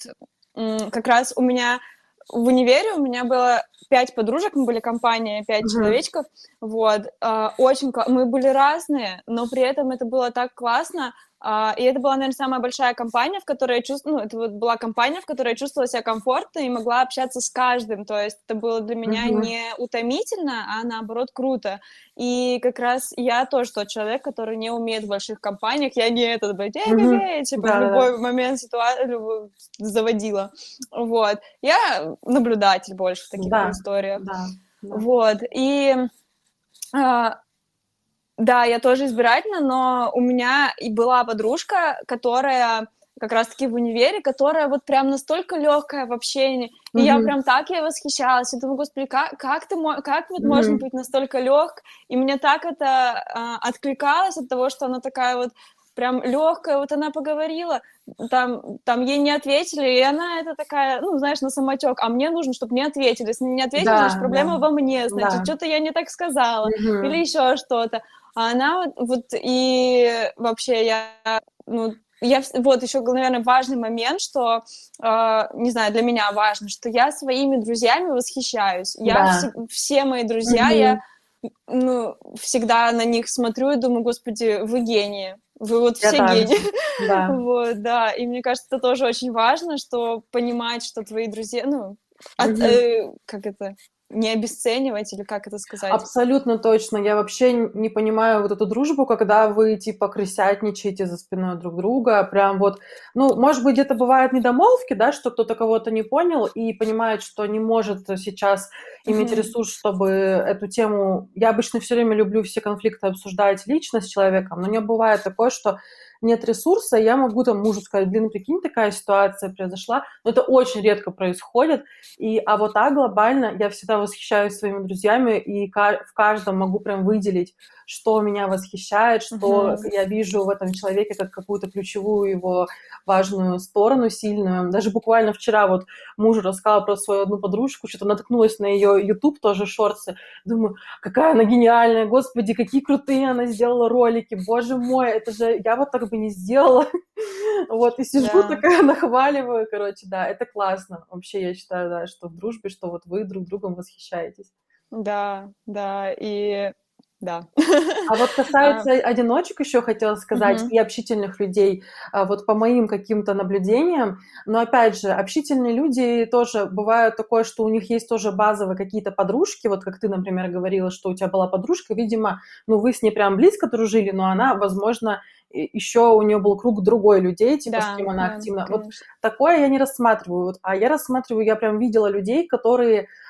м, как раз у меня в универе у меня было пять подружек, мы были компания пять Мгм. человечков. Вот, а, очень кла мы были разные, но при этом это было так классно. А, и это была, наверно, самая большая компания, в которой я чувств ну, это вот была компания, в которой я чувствовала себя комфортно и могла общаться с каждым. То есть это было для меня Мгм. не утомительно, а наоборот круто. И как раз я тоже тот человек, который не умеет в больших компаниях. Я не этот быть: Мгм. "Эй-ге-ге", типа в Да-да-да. любой момент ситуа любую заводила. Вот. Я наблюдатель больше в таких Да, историях. да, да. Вот. И, а, да, я тоже избирательна, но у меня и была подружка, которая как раз таки в универе, которая вот прям настолько лёгкая в общении. И я Мгм. прям так ей восхищалась. Я думаю: "Господи, ка как ты мо как вот можно Мгм. быть настолько лёг?" И мне так это, а, откликалось от того, что она такая вот прям лёгкая. Вот она поговорила, там там ей не ответили, и она это такая, ну, знаешь, на самотёк: "А мне нужно, чтоб мне ответили. Если мне не ответили, значит, Да, да, проблема во мне, значит, да. чё-то я не так сказала или Мгм. ещё что-то". А она вот вот и вообще я, ну, я вс вот ещё, г наверно, важный момент, что, а, не знаю, для меня важно, что я своими друзьями восхищаюсь. Я Да. всег все мои друзья, я, Мгм. н ну, всегда на них смотрю и думаю: "Господи, вы гении, вы вот Я все так гении". же. Да. Вот, да. И мне кажется, это тоже очень важно, что понимать, что твои друзья, ну, от Мгм. э, как это, не обесценивать или как это сказать? Абсолютно точно. Я вообще н не понимаю вот эту дружбу, когда вы, типа, крысятничаете за спиной друг друга. Прям вот, ну, может быть, где-то бывают недомолвки, да, что кто-то кого-то не понял и понимает, что не может сейчас иметь Мгм. ресурс, чтобы эту тему Я обычно всё время люблю все конфликты обсуждать лично с человеком, но у меня бывает такое, что нет ресурса, и я могу там мужу сказать: "Блин, прикинь, такая ситуация произошла". Но это очень редко происходит. И, а вот так глобально я всегда восхищаюсь своими друзьями и ка в каждом могу прям выделить, что меня восхищает, что Мгм. я вижу в этом человеке как какую-то ключевую его важную сторону, сильную. Даже буквально вчера вот мужу рассказала про свою одну подружку, чё-то наткнулась на её "Ютуб", тоже шортсы. Думаю: "Какая она гениальная! Господи, какие крутые она сделала ролики! Боже мой, это же я вот так бы не сделала". Вот, и сижу Да. такая, нахваливаю. Короче, да, это классно. Вообще, я считаю, да, что в дружбе, что вот вы друг другом восхищаетесь. Да, да, и да. А вот А касается одиночек, ещё хотела сказать, Мгм. и общительных людей. А, вот по моим каким-то наблюдениям, но опять же, общительные люди тоже бывают такое, что у них есть тоже базовые какие-то подружки. Вот как ты, например, говорила, что у тя была подружка, видимо, ну, вы с ней прям близко дружили, но она, возможно, и ещё у неё был круг другой людей, типа, с Да, кем она да, активно Вот конечно. такое я не рассматриваю. Вот, а я рассматриваю, я прям видела людей, которые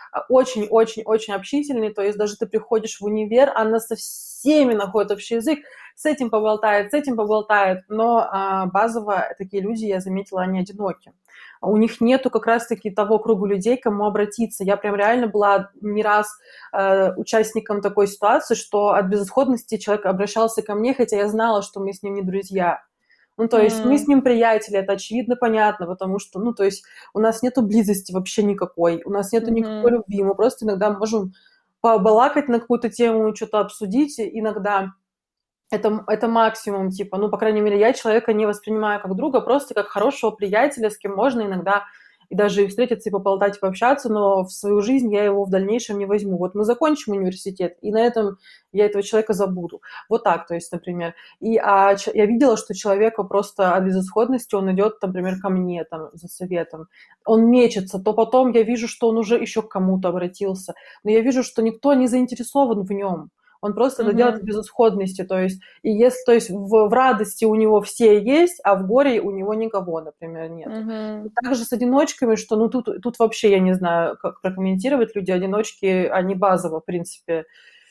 очень-очень-очень общительный, то есть даже ты приходишь в универ, она со всеми находит общий язык, с этим поболтает, с этим поболтает, но а, базово такие люди, я заметила, они одиноки. У них нету как раз-таки того круга людей, к кому обратиться. Я прям реально была не раз э, участником такой ситуации, что от безысходности человек обращался ко мне, хотя я знала, что мы с ним не друзья. Ну, то есть мы с М, ним приятели, это очевидно, понятно, потому что, ну, то есть у нас нету близости вообще никакой, у нас нету никакой мгм, любви, мы просто иногда можем побалакать на какую-то тему, что-то обсудить иногда. Это, это максимум, типа, ну, по крайней мере, я человека не воспринимаю как друга, просто как хорошего приятеля, с кем можно иногда и даже и встретиться, и поболтать, и пообщаться, но в свою жизнь я его в дальнейшем не возьму. Вот мы закончим университет, и на этом я этого человека забуду. Вот так, то есть, например. И а, ч- я видела, что человека просто от безысходности, он идет, например, ко мне там за советом. Он мечется, то потом я вижу, что он уже еще к кому-то обратился. Но я вижу, что никто не заинтересован в нем. Он просто это делает мгм, от безысходности, то есть, и если, то есть в, в радости у него все есть, а в горе у него никого, например, нету. И мгм. также с одиночками, что ну тут, тут вообще я не знаю, как прокомментировать, люди-одиночки, они базово, в принципе,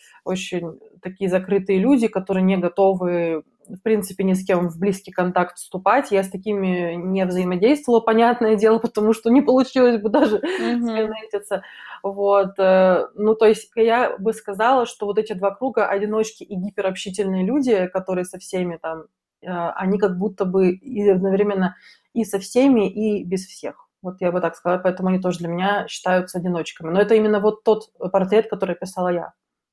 очень такие закрытые люди, которые не готовы, в принципе, ни с кем в близкий контакт вступать. Я с такими не взаимодействовала, понятное дело, потому что не получилось бы даже Мгм. сконнектиться. Вот. э, Ну, то есть я бы сказала, что вот эти два круга, одиночки и гиперобщительные люди, которые со всеми там, э, они как будто бы и одновременно и со всеми, и без всех. Вот я бы так сказала, поэтому они тоже для меня считаются одиночками. Но это именно вот тот портрет, который писала я.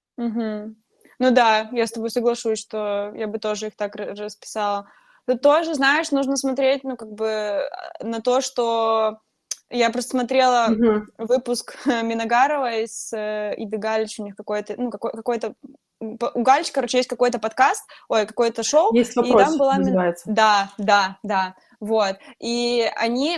Мгм. Ну да, я с тобой соглашусь, что я бы тоже их так ра расписала. Тут тоже, знаешь, нужно смотреть, ну, как бы, а, на то, что я просто смотрела Мгм. выпуск Миногаровой с, э, Идой Галич, у них какой-то, ну, какой какой-то, м, п у Галич, короче, есть какое-то подкаст, ой, какое-то шоу, Есть и там вопрос, была Мин называется. да, да, да, вот. И они,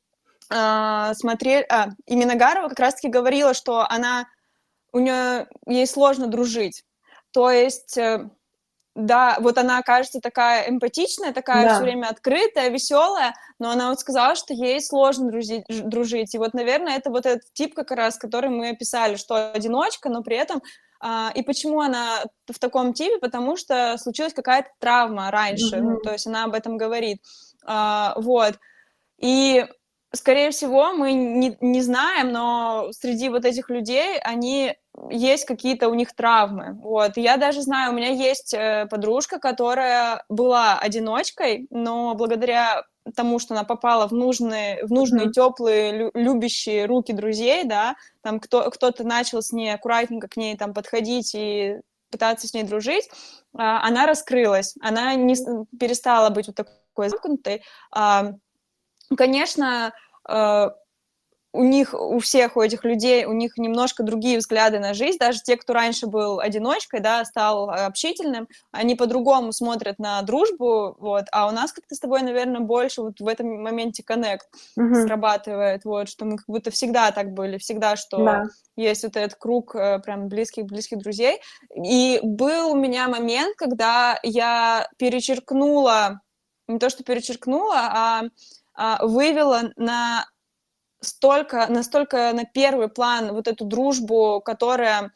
а, смотре а, и Миногарова как раз таки говорила, что она у нее ей сложно дружить. То есть, э, да, вот она кажется такая эмпатичная, такая все Да. время открытая, веселая, но она вот сказала, что ей сложно друзить, ж- дружить. И вот, наверное, это вот этот тип как раз, который мы описали, что одиночка, но при этом... а, и почему она в таком типе? Потому что случилась какая-то травма раньше, ну, Мгм. то есть она об этом говорит. А, вот. И, скорее всего, мы не, не знаем, но среди вот этих людей они есть какие-то у них травмы. Вот. И я даже знаю, у меня есть э, подружка, которая была одиночкой, но благодаря тому, что она попала в нужные, в нужные Мгм. теплые, лю- любящие руки друзей, да, там кто, кто-то начал с ней аккуратненько к ней там подходить и пытаться с ней дружить, а, она раскрылась, она не с- перестала быть вот такой замкнутой, а, конечно, э, у них, у всех, у этих людей, у них немножко другие взгляды на жизнь. Даже те, кто раньше был одиночкой, да, стал э, общительным, они по-другому смотрят на дружбу, вот. А у нас как-то с тобой, наверное, больше вот в этом моменте коннект Мгм. срабатывает, вот, что мы как будто всегда так были, всегда, что Да. есть вот этот круг э, прям близких-близких друзей. И был у меня момент, когда я перечеркнула, не то что перечеркнула, а а, вывела на столько, настолько на первый план вот эту дружбу, которая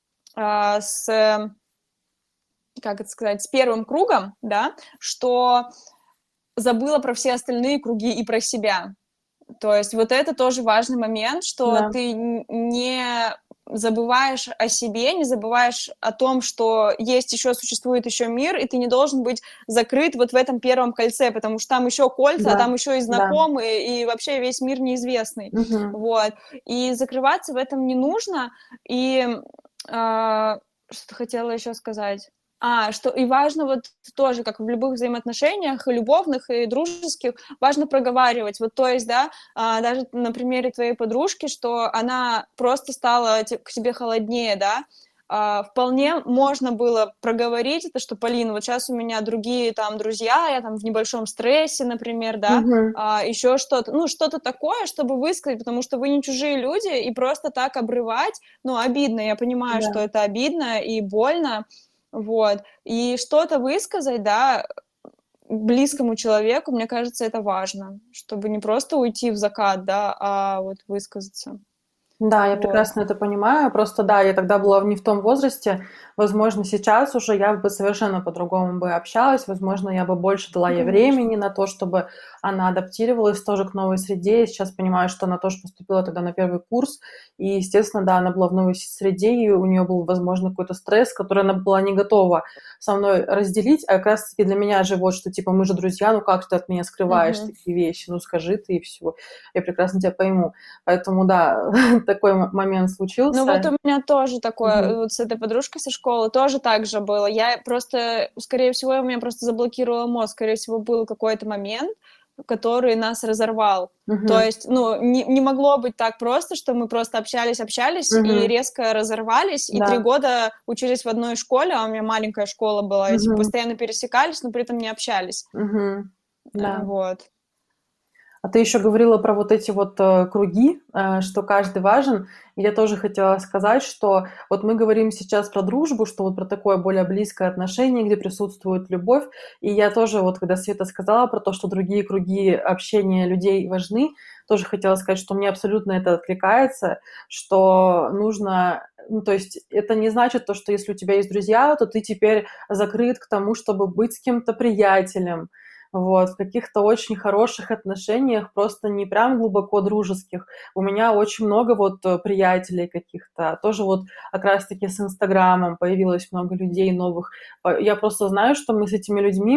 а, с, э, как это сказать, с первым кругом, да, что забыла про все остальные круги и про себя. То есть вот это тоже важный момент, что Да. ты н- не забываешь о себе, не забываешь о том, что есть еще, существует еще мир, и ты не должен быть закрыт вот в этом первом кольце, потому что там еще кольца, а Да. там еще и Да. знакомые, и вообще весь мир неизвестный. Мгм. Вот. И закрываться в этом не нужно. И а, что хотела еще сказать? А, что и важно вот тоже, как в любых взаимоотношениях, и любовных, и дружеских, важно проговаривать. Вот, то есть, да, а, даже на примере твоей подружки, что она просто стала те- к тебе холоднее, да, а, вполне можно было проговорить это, что, Полин, вот сейчас у меня другие там друзья, я там в небольшом стрессе, например, да, Мгм. а, еще что-то, ну, что-то такое, чтобы высказать, потому что вы не чужие люди, и просто так обрывать, ну, обидно, я понимаю, что Да. это обидно и больно, вот, и что-то высказать, да, близкому человеку, мне кажется, это важно, чтобы не просто уйти в закат, да, а вот высказаться. Да, я Вот. прекрасно это понимаю. Просто да, я тогда была не в том возрасте. Возможно, сейчас уже я бы совершенно по-другому бы общалась. Возможно, я бы больше дала Ну, ей конечно. времени на то, чтобы она адаптировалась тоже к новой среде. Я сейчас понимаю, что она тоже поступила тогда на первый курс. И, естественно, да, она была в новой среде, и у нее был, возможно, какой-то стресс, который она была не готова со мной разделить. А как раз-таки для меня же вот, что типа мы же друзья, ну как ты от меня скрываешь Мгм. такие вещи? Ну скажи ты и все. Я прекрасно тебя пойму. Поэтому да, такой м- момент Ну вот случился. у меня тоже такое, Мгм. э, вот с этой подружкой со школы тоже так же было. Я просто, скорее всего, у меня просто заблокировало мозг. Скорее всего, был какой-то момент, который нас разорвал. То Мгм. есть, ну, не, не могло быть так просто, что мы просто общались, общались и Мгм. резко разорвались, и три Да. года учились в одной школе, а у меня маленькая школа была, и типа Мгм. постоянно пересекались, но при этом не общались. Мгм. Э, Да. Вот. А ты еще говорила про вот эти вот э, круги, э, что каждый важен. И я тоже хотела сказать, что вот мы говорим сейчас про дружбу, что вот про такое более близкое отношение, где присутствует любовь. И я тоже вот, когда Света сказала про то, что другие круги общения людей важны, тоже хотела сказать, что мне абсолютно это откликается, что нужно, ну, то есть это не значит то, что если у тебя есть друзья, то ты теперь закрыт к тому, чтобы быть с кем-то приятелем, вот, в каких-то очень хороших отношениях, просто не прям глубоко дружеских. У меня очень много вот э, приятелей каких-то, тоже вот как раз-таки с Инстаграмом появилось много людей новых. По- Я просто знаю, что мы с этими людьми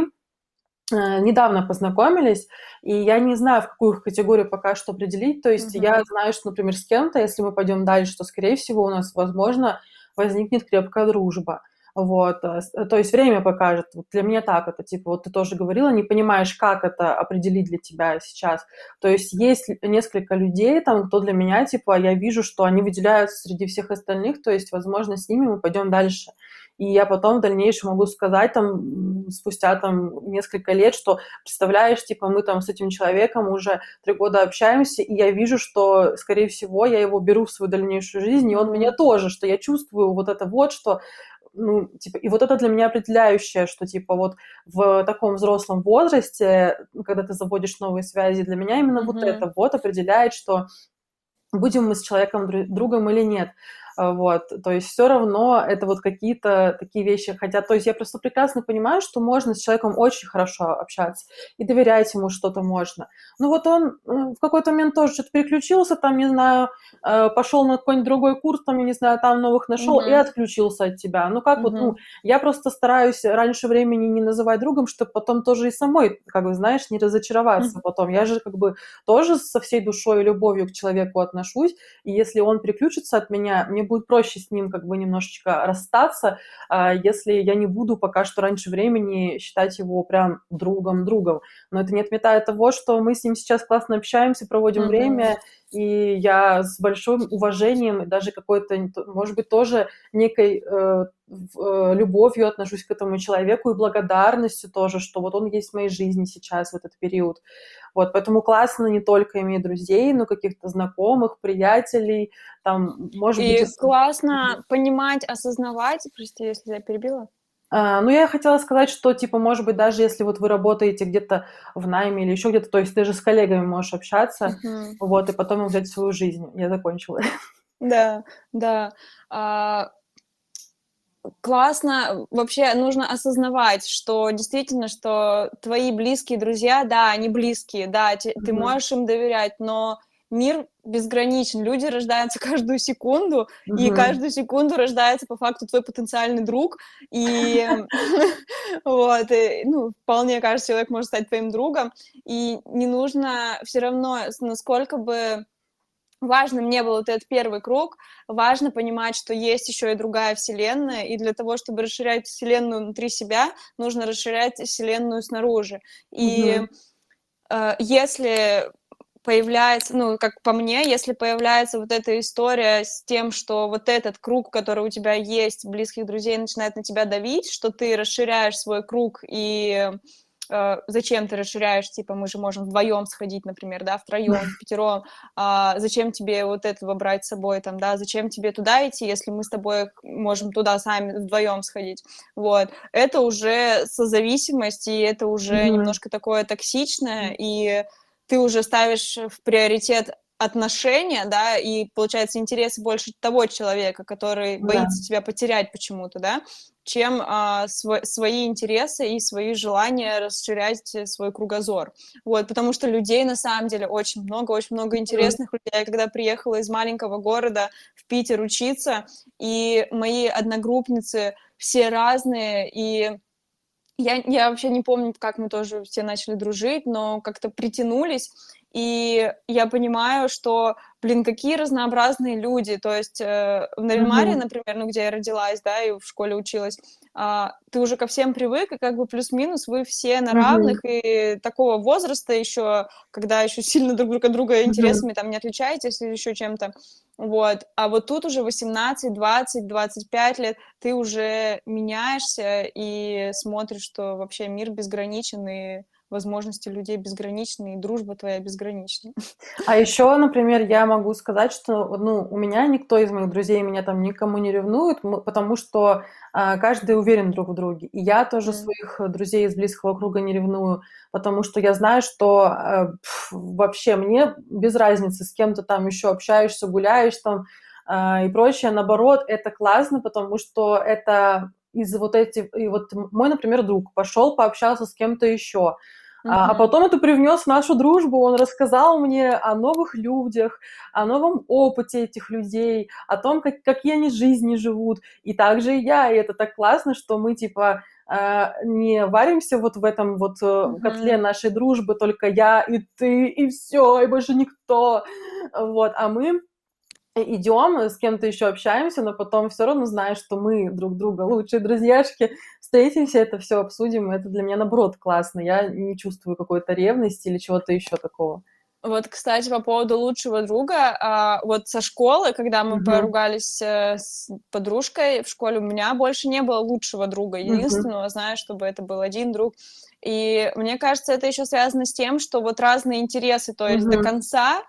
э, недавно познакомились, и я не знаю, в какую их категорию пока что определить. То есть я Мгм. знаю, что, например, с кем-то, если мы пойдем дальше, то, скорее всего, у нас, возможно, возникнет крепкая дружба. Вот, э, с- то есть время покажет. Вот для меня так это, типа, вот ты тоже говорила, не понимаешь, как это определить для тебя сейчас. То есть есть л- несколько людей, там, кто для меня, типа, я вижу, что они выделяются среди всех остальных, то есть, возможно, с ними мы пойдем дальше. И я потом в дальнейшем могу сказать там спустя там несколько лет, что представляешь, типа мы там с этим человеком уже три года общаемся, и я вижу, что, скорее всего, я его беру в свою дальнейшую жизнь, и он меня Мгм. тоже, что я чувствую вот это вот, что ну, типа, и вот это для меня определяющее, что, типа, вот в таком взрослом возрасте, когда ты заводишь новые связи, для меня именно вот Мгм. это вот определяет, что будем мы с человеком дру- другом или нет. А, Вот, то есть все равно это вот какие-то такие вещи. Хотя, то есть я просто прекрасно понимаю, что можно с человеком очень хорошо общаться и доверять ему что-то можно. Ну вот он э, в какой-то момент тоже что-то переключился, там, не знаю, э, пошел на какой-нибудь другой курс, там, я не знаю, там новых нашел и Мгм. отключился от тебя. Ну как вот, ну, Мгм. я просто стараюсь раньше времени не называть другом, чтобы потом тоже и самой, как бы, знаешь, не разочароваться Мгм. потом. Я же как бы тоже со всей душой и любовью к человеку отношусь, и если он переключится от меня, мне будет проще с ним как бы немножечко расстаться, а, если я не буду пока что раньше времени считать его прям другом-другом. Но это не отметает того, что мы с ним сейчас классно общаемся, проводим Мгм. время, и я с большим уважением и даже какой-то, может быть, тоже некой э, в- э, любовью отношусь к этому человеку и благодарностью тоже, что вот он есть в моей жизни сейчас в этот период. Вот, поэтому классно не только иметь друзей, но каких-то знакомых, приятелей, там, может быть, И ис- классно понимать, осознавать, прости, если я перебила. а, ну, я хотела сказать, что, типа, может быть, даже если вот вы работаете где-то в найме или еще где-то, то есть ты же с коллегами можешь общаться, Мгм. вот, и потом им взять свою жизнь. Я закончила. Да, да. А, Классно. Вообще нужно осознавать, что действительно, что твои близкие друзья, да, они близкие, да, те ты Мгм. можешь им доверять, но мир безграничен. Люди рождаются каждую секунду, и Мгм. каждую секунду рождается по факту твой потенциальный друг. И вот, и, ну, вполне каждый человек может стать твоим другом. И не нужно все равно, с насколько бы важным не был вот этот первый круг, важно понимать, что есть еще и другая вселенная, и для того, чтобы расширять вселенную внутри себя, нужно расширять вселенную снаружи. И Мгм. э, если появляется, ну, как по мне, если появляется вот эта история с тем, что вот этот круг, который у тебя есть, близких друзей, начинает на тебя давить, что ты расширяешь свой круг и э, зачем ты расширяешь, типа, мы же можем вдвоем сходить, например, да, втроем, впятером, а зачем тебе вот этого брать с собой, там, да, зачем тебе туда идти, если мы с тобой можем туда сами вдвоем сходить, вот, это уже созависимость, и это уже Мгм. немножко такое токсичное, и ты уже ставишь в приоритет отношения, да, и, получается, интересы больше того человека, который Да. боится тебя потерять почему-то, да, чем а, сво- свои интересы и свои желания расширять э, свой кругозор. Вот, потому что людей на самом деле очень много, очень много Мгм. интересных людей. Я когда приехала из маленького города в Питер учиться, и мои одногруппницы все разные, и я, я вообще не помню, как мы тоже все начали дружить, но как-то притянулись, и я понимаю, что, блин, какие разнообразные люди. То есть э, в Нарьян-Маре, Мгм. например, ну, где я родилась, да, и в школе училась, а, ты уже ко всем привык, и как бы плюс-минус вы все на Мгм. равных, и такого возраста еще, когда еще сильно друг друг от друга Мгм. интересами там не отличаетесь или еще чем-то. Вот. А вот тут уже восемнадцать, двадцать, двадцать пять лет, ты уже меняешься и смотришь, что вообще мир безграничен, и возможности людей безграничны, и дружба твоя безгранична. А еще, например, я могу сказать, что, ну, у меня никто из моих друзей меня там никому не ревнует, мы- потому что а, каждый уверен друг в друге. И я тоже М. своих друзей из близкого круга не ревную, потому что я знаю, что э, пф, вообще мне без разницы, с кем ты там еще общаешься, гуляешь там а, и прочее. Наоборот, это классно, потому что это из вот этих... И вот мой, например, друг пошел, пообщался с кем-то еще. А, а Мгм. потом это привнес в нашу дружбу, он рассказал мне о новых людях, о новом опыте этих людей, о том, как, какие они жизни живут. И также и я, и это так классно, что мы, типа, э, не варимся вот в этом вот э, котле Мгм. нашей дружбы, только я и ты, и все, и больше никто. Вот, а мы идем, с кем-то еще общаемся, но потом все равно знаешь, что мы друг друга лучшие друзьяшки, встретимся, это все обсудим, и это для меня, наоборот, классно. Я не чувствую какой-то ревности или чего-то еще такого. Вот, кстати, по поводу лучшего друга, а, вот со школы, когда мы Мгм. поругались э, с подружкой в школе, у меня больше не было лучшего друга, Мгм. единственного, знаю, чтобы это был один друг. И мне кажется, это еще связано с тем, что вот разные интересы, то есть до Мгм. конца,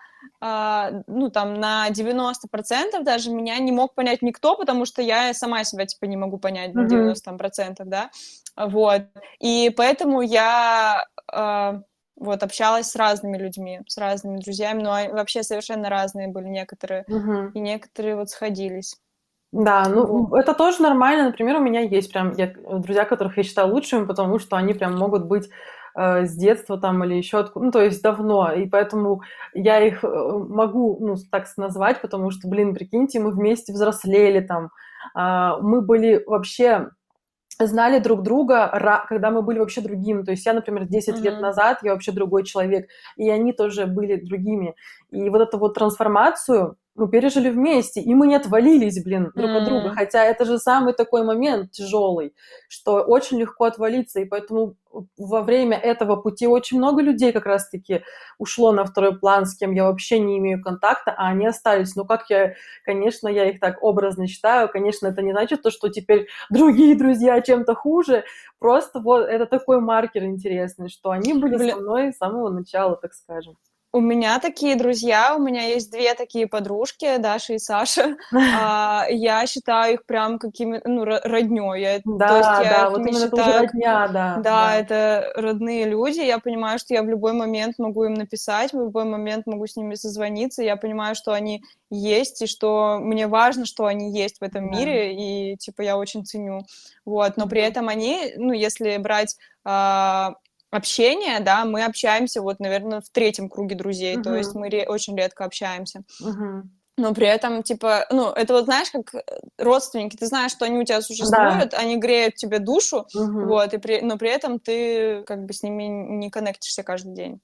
а, ну, там, на девяносто процентов даже меня не мог понять никто, потому что я сама себя, типа, не могу понять на Мгм. девяносто процентов, да, вот. И поэтому я а, вот, общалась с разными людьми, с разными друзьями, но они вообще совершенно разные были некоторые, Мгм. и некоторые вот сходились. Да, Вот. ну, это тоже нормально. Например, у меня есть прям я друзья, которых я считаю лучшими, потому что они прям могут быть, э, с детства там или еще откуда, ну, то есть давно. И поэтому я их, э, могу, ну, так с назвать, потому что, блин, прикиньте, мы вместе взрослели там. А, мы были вообще знали друг друга, ра когда мы были вообще другими. То есть я, например, десять лет Мгм. назад, я вообще другой человек, и они тоже были другими. И вот эту вот трансформацию мы пережили вместе, и мы не отвалились, блин, друг от друга. М. Хотя это же самый такой момент тяжелый, что очень легко отвалиться. И поэтому во время этого пути очень много людей как раз-таки ушло на второй план, с кем я вообще не имею контакта, а они остались. Ну, как я, конечно, я их так образно считаю. Конечно, это не значит то, что теперь другие друзья чем-то хуже. Просто вот это такой маркер интересный, что они были со Блин, мной с самого начала, так скажем. у меня такие друзья, у меня есть две такие подружки, Даша и Саша. А, я считаю их прям какими, ну, ро роднёй. Я, то есть Да, я да, их вот не именно это уже считаю к родня, да, да, да. это родные люди. Я понимаю, что я в любой момент могу им написать, в любой момент могу с ними созвониться. Я понимаю, что они есть, и что мне важно, что они есть в этом Да. мире, и, типа, я очень ценю. Вот, но при Мгм. этом они, ну, если брать, а общение, да, мы общаемся вот, наверное, в третьем круге друзей, то есть Мгм. мы ре очень редко общаемся. Мгм. Но при этом, типа, ну, это вот знаешь, как э, родственники, ты знаешь, что они у тебя Да. существуют, они греют тебе душу, Мгм. вот, и при но при этом ты как бы с ними не коннектишься каждый день.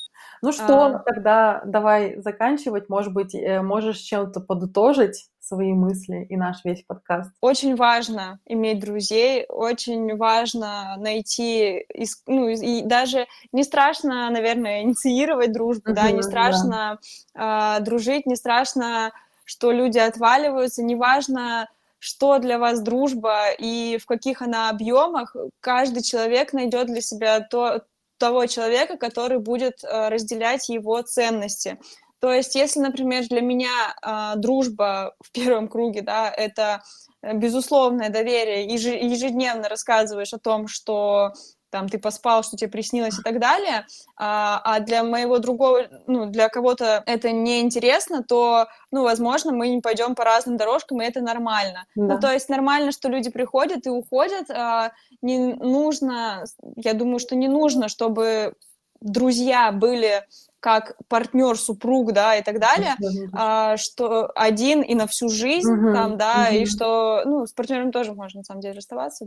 Ну А что, тогда давай заканчивать. Может быть, э, можешь чем-то подытожить свои мысли и наш весь подкаст? Очень важно иметь друзей, очень важно найти, ис- ну, и даже не страшно, наверное, инициировать дружбу, да, не Мгм. Да. страшно а, дружить, не страшно, что люди отваливаются, неважно, что для вас дружба и в каких она объемах, каждый человек найдет для себя то, того человека, который будет а, разделять его ценности. То есть, если, например, для меня а, дружба в первом круге, да, это э, безусловное доверие, еже- ежедневно рассказываешь о том, что там, ты поспал, что тебе приснилось и так далее, а, а для моего другого, ну, для кого-то это неинтересно, то, ну, возможно, мы не пойдем по разным дорожкам, и это нормально. Ну, Да. то есть нормально, что люди приходят и уходят, а, не нужно, я думаю, что не нужно, чтобы друзья были как партнер, супруг, да, и так далее, а, что один и на всю жизнь, Мгм, там, да, и мгм. что, ну, с партнером тоже можно, на самом деле, расставаться,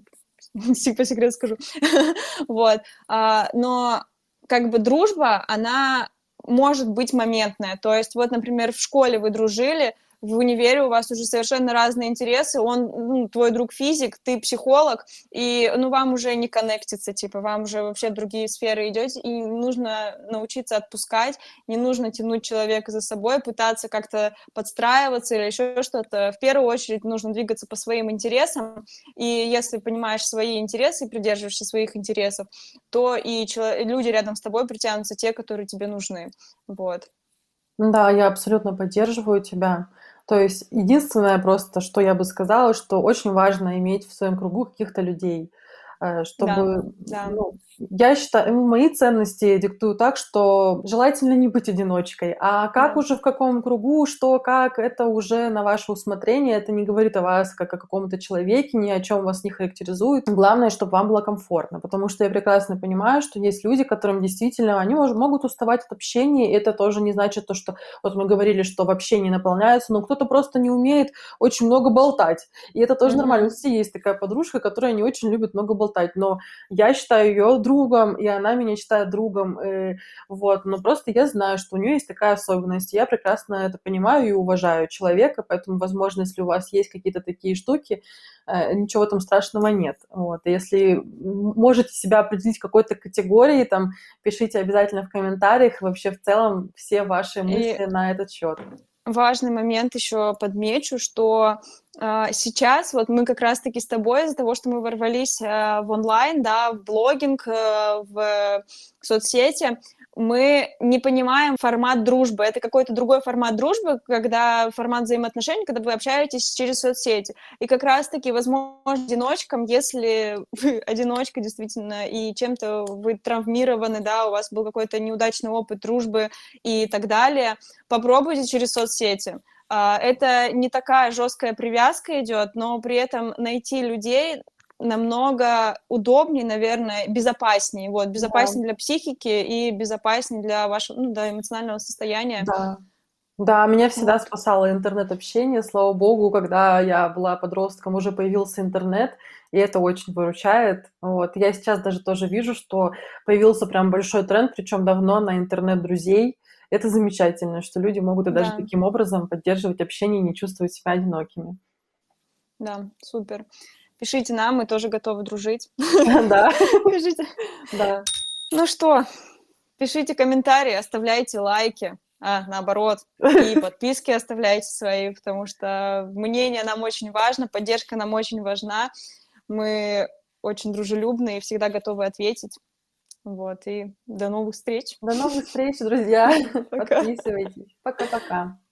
по секрету скажу, вот, а, но как бы дружба, она может быть моментная, то есть вот, например, в школе вы дружили, в универе у вас уже совершенно разные интересы, он, ну, твой друг физик, ты психолог, и, ну, вам уже не коннектится, типа, вам уже вообще другие сферы идете, и нужно научиться отпускать, не нужно тянуть человека за собой, пытаться как-то подстраиваться или еще что-то. В первую очередь нужно двигаться по своим интересам, и если понимаешь свои интересы и придерживаешься своих интересов, то и чело- люди рядом с тобой притянутся те, которые тебе нужны. Вот. Да, я абсолютно поддерживаю тебя. То есть единственное просто, что я бы сказала, что очень важно иметь в своем кругу каких-то людей, э, Да, чтобы, да. ну, я считаю, ну, мои ценности диктую так, что желательно не быть одиночкой. А как Да. уже в каком кругу, что, как, это уже на ваше усмотрение. Это не говорит о вас как о каком-то человеке, ни о чем вас не характеризует. Главное, чтобы вам было комфортно, потому что я прекрасно понимаю, что есть люди, которым действительно они мож- могут уставать от общения, и это тоже не значит то, что вот мы говорили, что в общении наполняются, но кто-то просто не умеет очень много болтать. И это тоже нормально. У Мгм. нас есть такая подружка, которая не очень любит много болтать, но я считаю ее другом, и она меня считает другом. э, вот. Но просто я знаю, что у нее есть такая особенность. И я прекрасно это понимаю и уважаю человека, поэтому, возможно, если у вас есть какие-то такие штуки, э, ничего в этом страшного нет. Вот. И если м- можете себя определить в какой-то категории, там, пишите обязательно в комментариях вообще в целом все ваши И мысли на этот счет. важный момент еще подмечу, что а, сейчас вот мы как раз-таки с тобой из-за того, что мы ворвались а, в онлайн, да, в блогинг, э, в соцсети, мы не понимаем формат дружбы. Это какой-то другой формат дружбы, когда формат взаимоотношений, когда вы общаетесь через соцсети. И как раз-таки, возможно, одиночкам, если вы одиночка действительно, и чем-то вы травмированы, да, у вас был какой-то неудачный опыт дружбы и так далее, попробуйте через соцсети. А, Это не такая жесткая привязка идет, но при этом найти людей намного удобнее, наверное, безопаснее. Вот, Да, безопаснее для психики и безопаснее для вашего, ну, да, эмоционального состояния. да. Да, меня всегда Вот. спасало интернет-общение. Слава богу, когда я была подростком, уже появился интернет, и это очень выручает. Вот. Я сейчас даже тоже вижу, что появился прям большой тренд, причем давно, на интернет-друзей. Это замечательно, что люди могут и даже Да, таким образом поддерживать общение и не чувствовать себя одинокими. да, супер. Пишите нам, мы тоже готовы дружить. Да, Пишите. да. Ну что, пишите комментарии, оставляйте лайки, а, наоборот, и подписки оставляйте свои, потому что мнение нам очень важно, поддержка нам очень важна. Мы очень дружелюбные и всегда готовы ответить. Вот, и до новых встреч. До новых встреч, друзья. Пока. Подписывайтесь. Пока-пока.